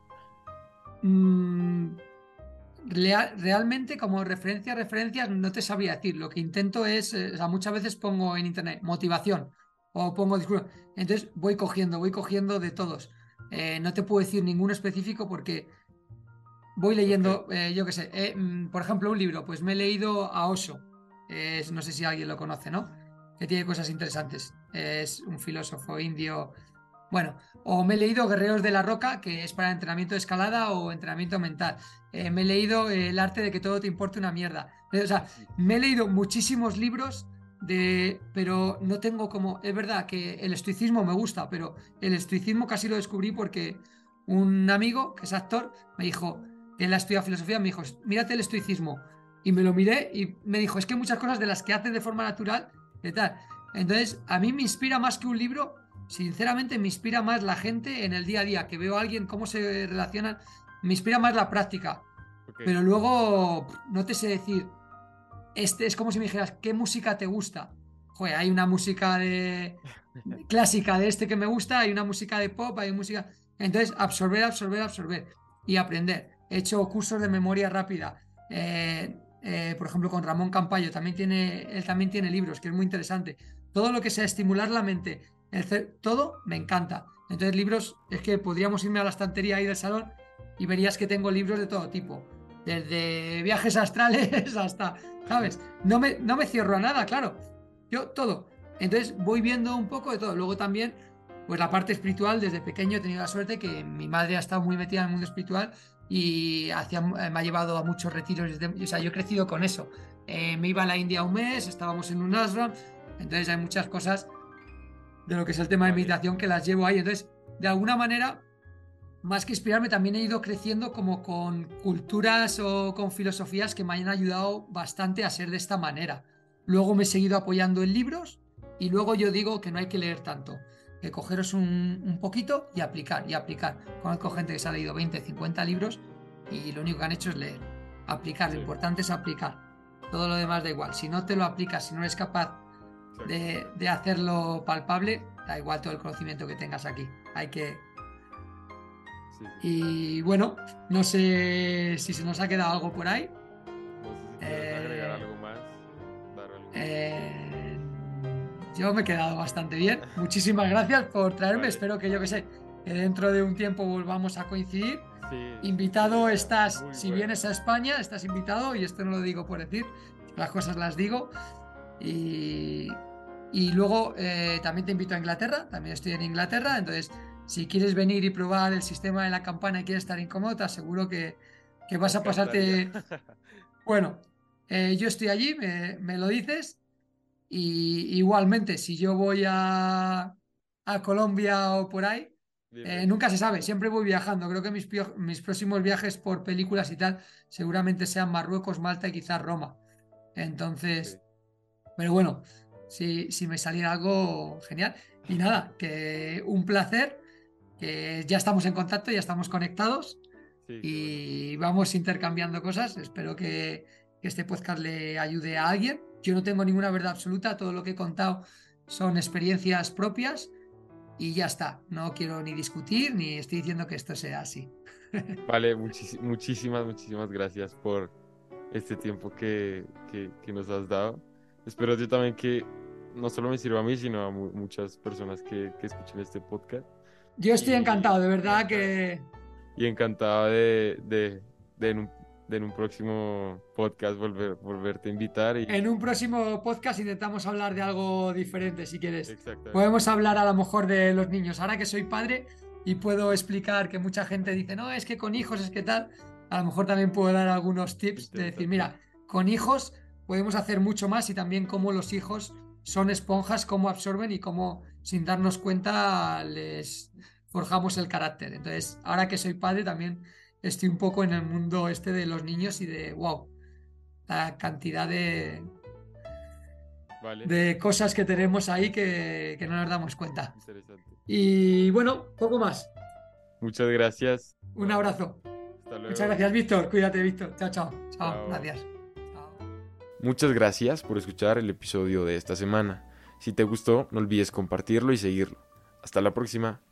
mm, Lea- realmente como referencia, referencias, no te sabría decir. Lo que intento es, eh, o sea, muchas veces pongo en internet motivación o pongo discurso. Entonces voy cogiendo, voy cogiendo de todos. Eh, no te puedo decir ninguno específico porque voy Ok. leyendo, eh, yo qué sé, eh, mm, por ejemplo, un libro, pues me he leído a Osho, es- no sé si alguien lo conoce, ¿no? Que tiene cosas interesantes. Es un filósofo indio. Bueno, o me he leído Guerreros de la Roca, que es para entrenamiento de escalada o entrenamiento mental. Eh, me he leído eh, El arte de que todo te importe una mierda. Eh, o sea, me he leído muchísimos libros de, pero no tengo como, es verdad que el estoicismo me gusta, pero el estoicismo casi lo descubrí porque un amigo, que es actor, me dijo, que él ha estudiado filosofía, me dijo, mírate el estoicismo. Y me lo miré y me dijo, es que hay muchas cosas de las que haces de forma natural, y tal. Entonces, a mí me inspira más que un libro. Sinceramente, me inspira más la gente en el día a día, que veo a alguien cómo se relacionan, me inspira más la práctica. Ok. Pero luego, pff, no te sé decir, este es como si me dijeras, ¿qué música te gusta? Joder, hay una música de clásica de este que me gusta, hay una música de pop, hay música. Entonces, absorber, absorber, absorber y aprender. He hecho cursos de memoria rápida. Eh, eh, por ejemplo, con Ramón Campayo, también tiene, él también tiene libros, que es muy interesante. Todo lo que sea estimular la mente, el cer- todo me encanta. Entonces, libros, es que podríamos irme a la estantería ahí del salón y verías que tengo libros de todo tipo. Desde viajes astrales hasta, ¿sabes? No me, no me cierro a nada, claro. Yo todo. Entonces voy viendo un poco de todo. Luego también, pues la parte espiritual, desde pequeño he tenido la suerte que mi madre ha estado muy metida en el mundo espiritual y hacía, eh, me ha llevado a muchos retiros. Desde- o sea, yo he crecido con eso. Eh, me iba a la India un mes, estábamos en un ashram. Entonces hay muchas cosas de lo que es el tema de Vale. meditación que las llevo ahí. Entonces, de alguna manera, más que inspirarme, también he ido creciendo como con culturas o con filosofías que me han ayudado bastante a ser de esta manera. Luego me he seguido apoyando en libros y luego yo digo que no hay que leer tanto, que cogeros un, un poquito y aplicar, y aplicar. Conozco gente que se ha leído veinte, cincuenta libros y lo único que han hecho es leer. Aplicar, lo Sí, importante es aplicar. Todo lo demás da igual. Si no te lo aplicas, si no eres capaz exacto. de, de hacerlo palpable, da igual todo el conocimiento que tengas aquí. Hay que, Sí, sí. y bueno, no sé si se nos ha quedado algo por ahí. No sé si quieres agregar Eh, algo más, dar algún tip. eh, yo me he quedado bastante bien. Muchísimas gracias por traerme. Vale. Espero que yo que sé, que dentro de un tiempo volvamos a coincidir. Sí, Invitado sería estás, muy si bueno. vienes a España, estás invitado, y esto no lo digo por decir, las cosas las digo. Y, y luego eh, también te invito a Inglaterra, también estoy en Inglaterra, entonces si quieres venir y probar el sistema de la campana y quieres estar incómodo, te aseguro que, que Me vas a encantaría. pasarte. Bueno, eh, yo estoy allí, me, me lo dices, y igualmente si yo voy a, a Colombia o por ahí, eh, nunca se Bienvenido. sabe, siempre voy viajando. Creo que mis, pio- mis próximos viajes por películas y tal seguramente sean Marruecos, Malta y quizás Roma. Ok. Entonces... Pero bueno, si, si me saliera algo genial. Y nada, que un placer, que ya estamos en contacto, ya estamos conectados Sí, qué bueno. y vamos intercambiando cosas. Espero que, que este podcast le ayude a alguien. Yo no tengo ninguna verdad absoluta, todo lo que he contado son experiencias propias y ya está. No quiero ni discutir ni estoy diciendo que esto sea así. Vale, muchis- muchísimas, muchísimas gracias por este tiempo que, que, que nos has dado. Espero yo también que no solo me sirva a mí, sino a mu- muchas personas que, que escuchen este podcast. Yo estoy Y, encantado, de y, verdad enca- que y encantado de, de, de, en un, de en un próximo podcast volver, volverte a invitar. Y en un próximo podcast intentamos hablar de algo diferente, si quieres. exactamente. Podemos hablar a lo mejor de los niños. Ahora que soy padre y puedo explicar que mucha gente dice, no, es que con hijos es que tal, a lo mejor también puedo dar algunos tips de decir, Interesante. mira, con hijos podemos hacer mucho más y también cómo los hijos son esponjas, cómo absorben y cómo sin darnos cuenta les forjamos el carácter. Entonces, ahora que soy padre también estoy un poco en el mundo este de los niños y de, wow, la cantidad de, Vale, de cosas que tenemos ahí que, que no nos damos cuenta. interesante. Y bueno, poco más. Muchas gracias, Un Juan. abrazo. Hasta Muchas luego. gracias, Víctor. Cuídate, Víctor. Chao, chao. Chao. Chao. Gracias. Chao. Muchas gracias por escuchar el episodio de esta semana. Si te gustó, no olvides compartirlo y seguirlo. Hasta la próxima.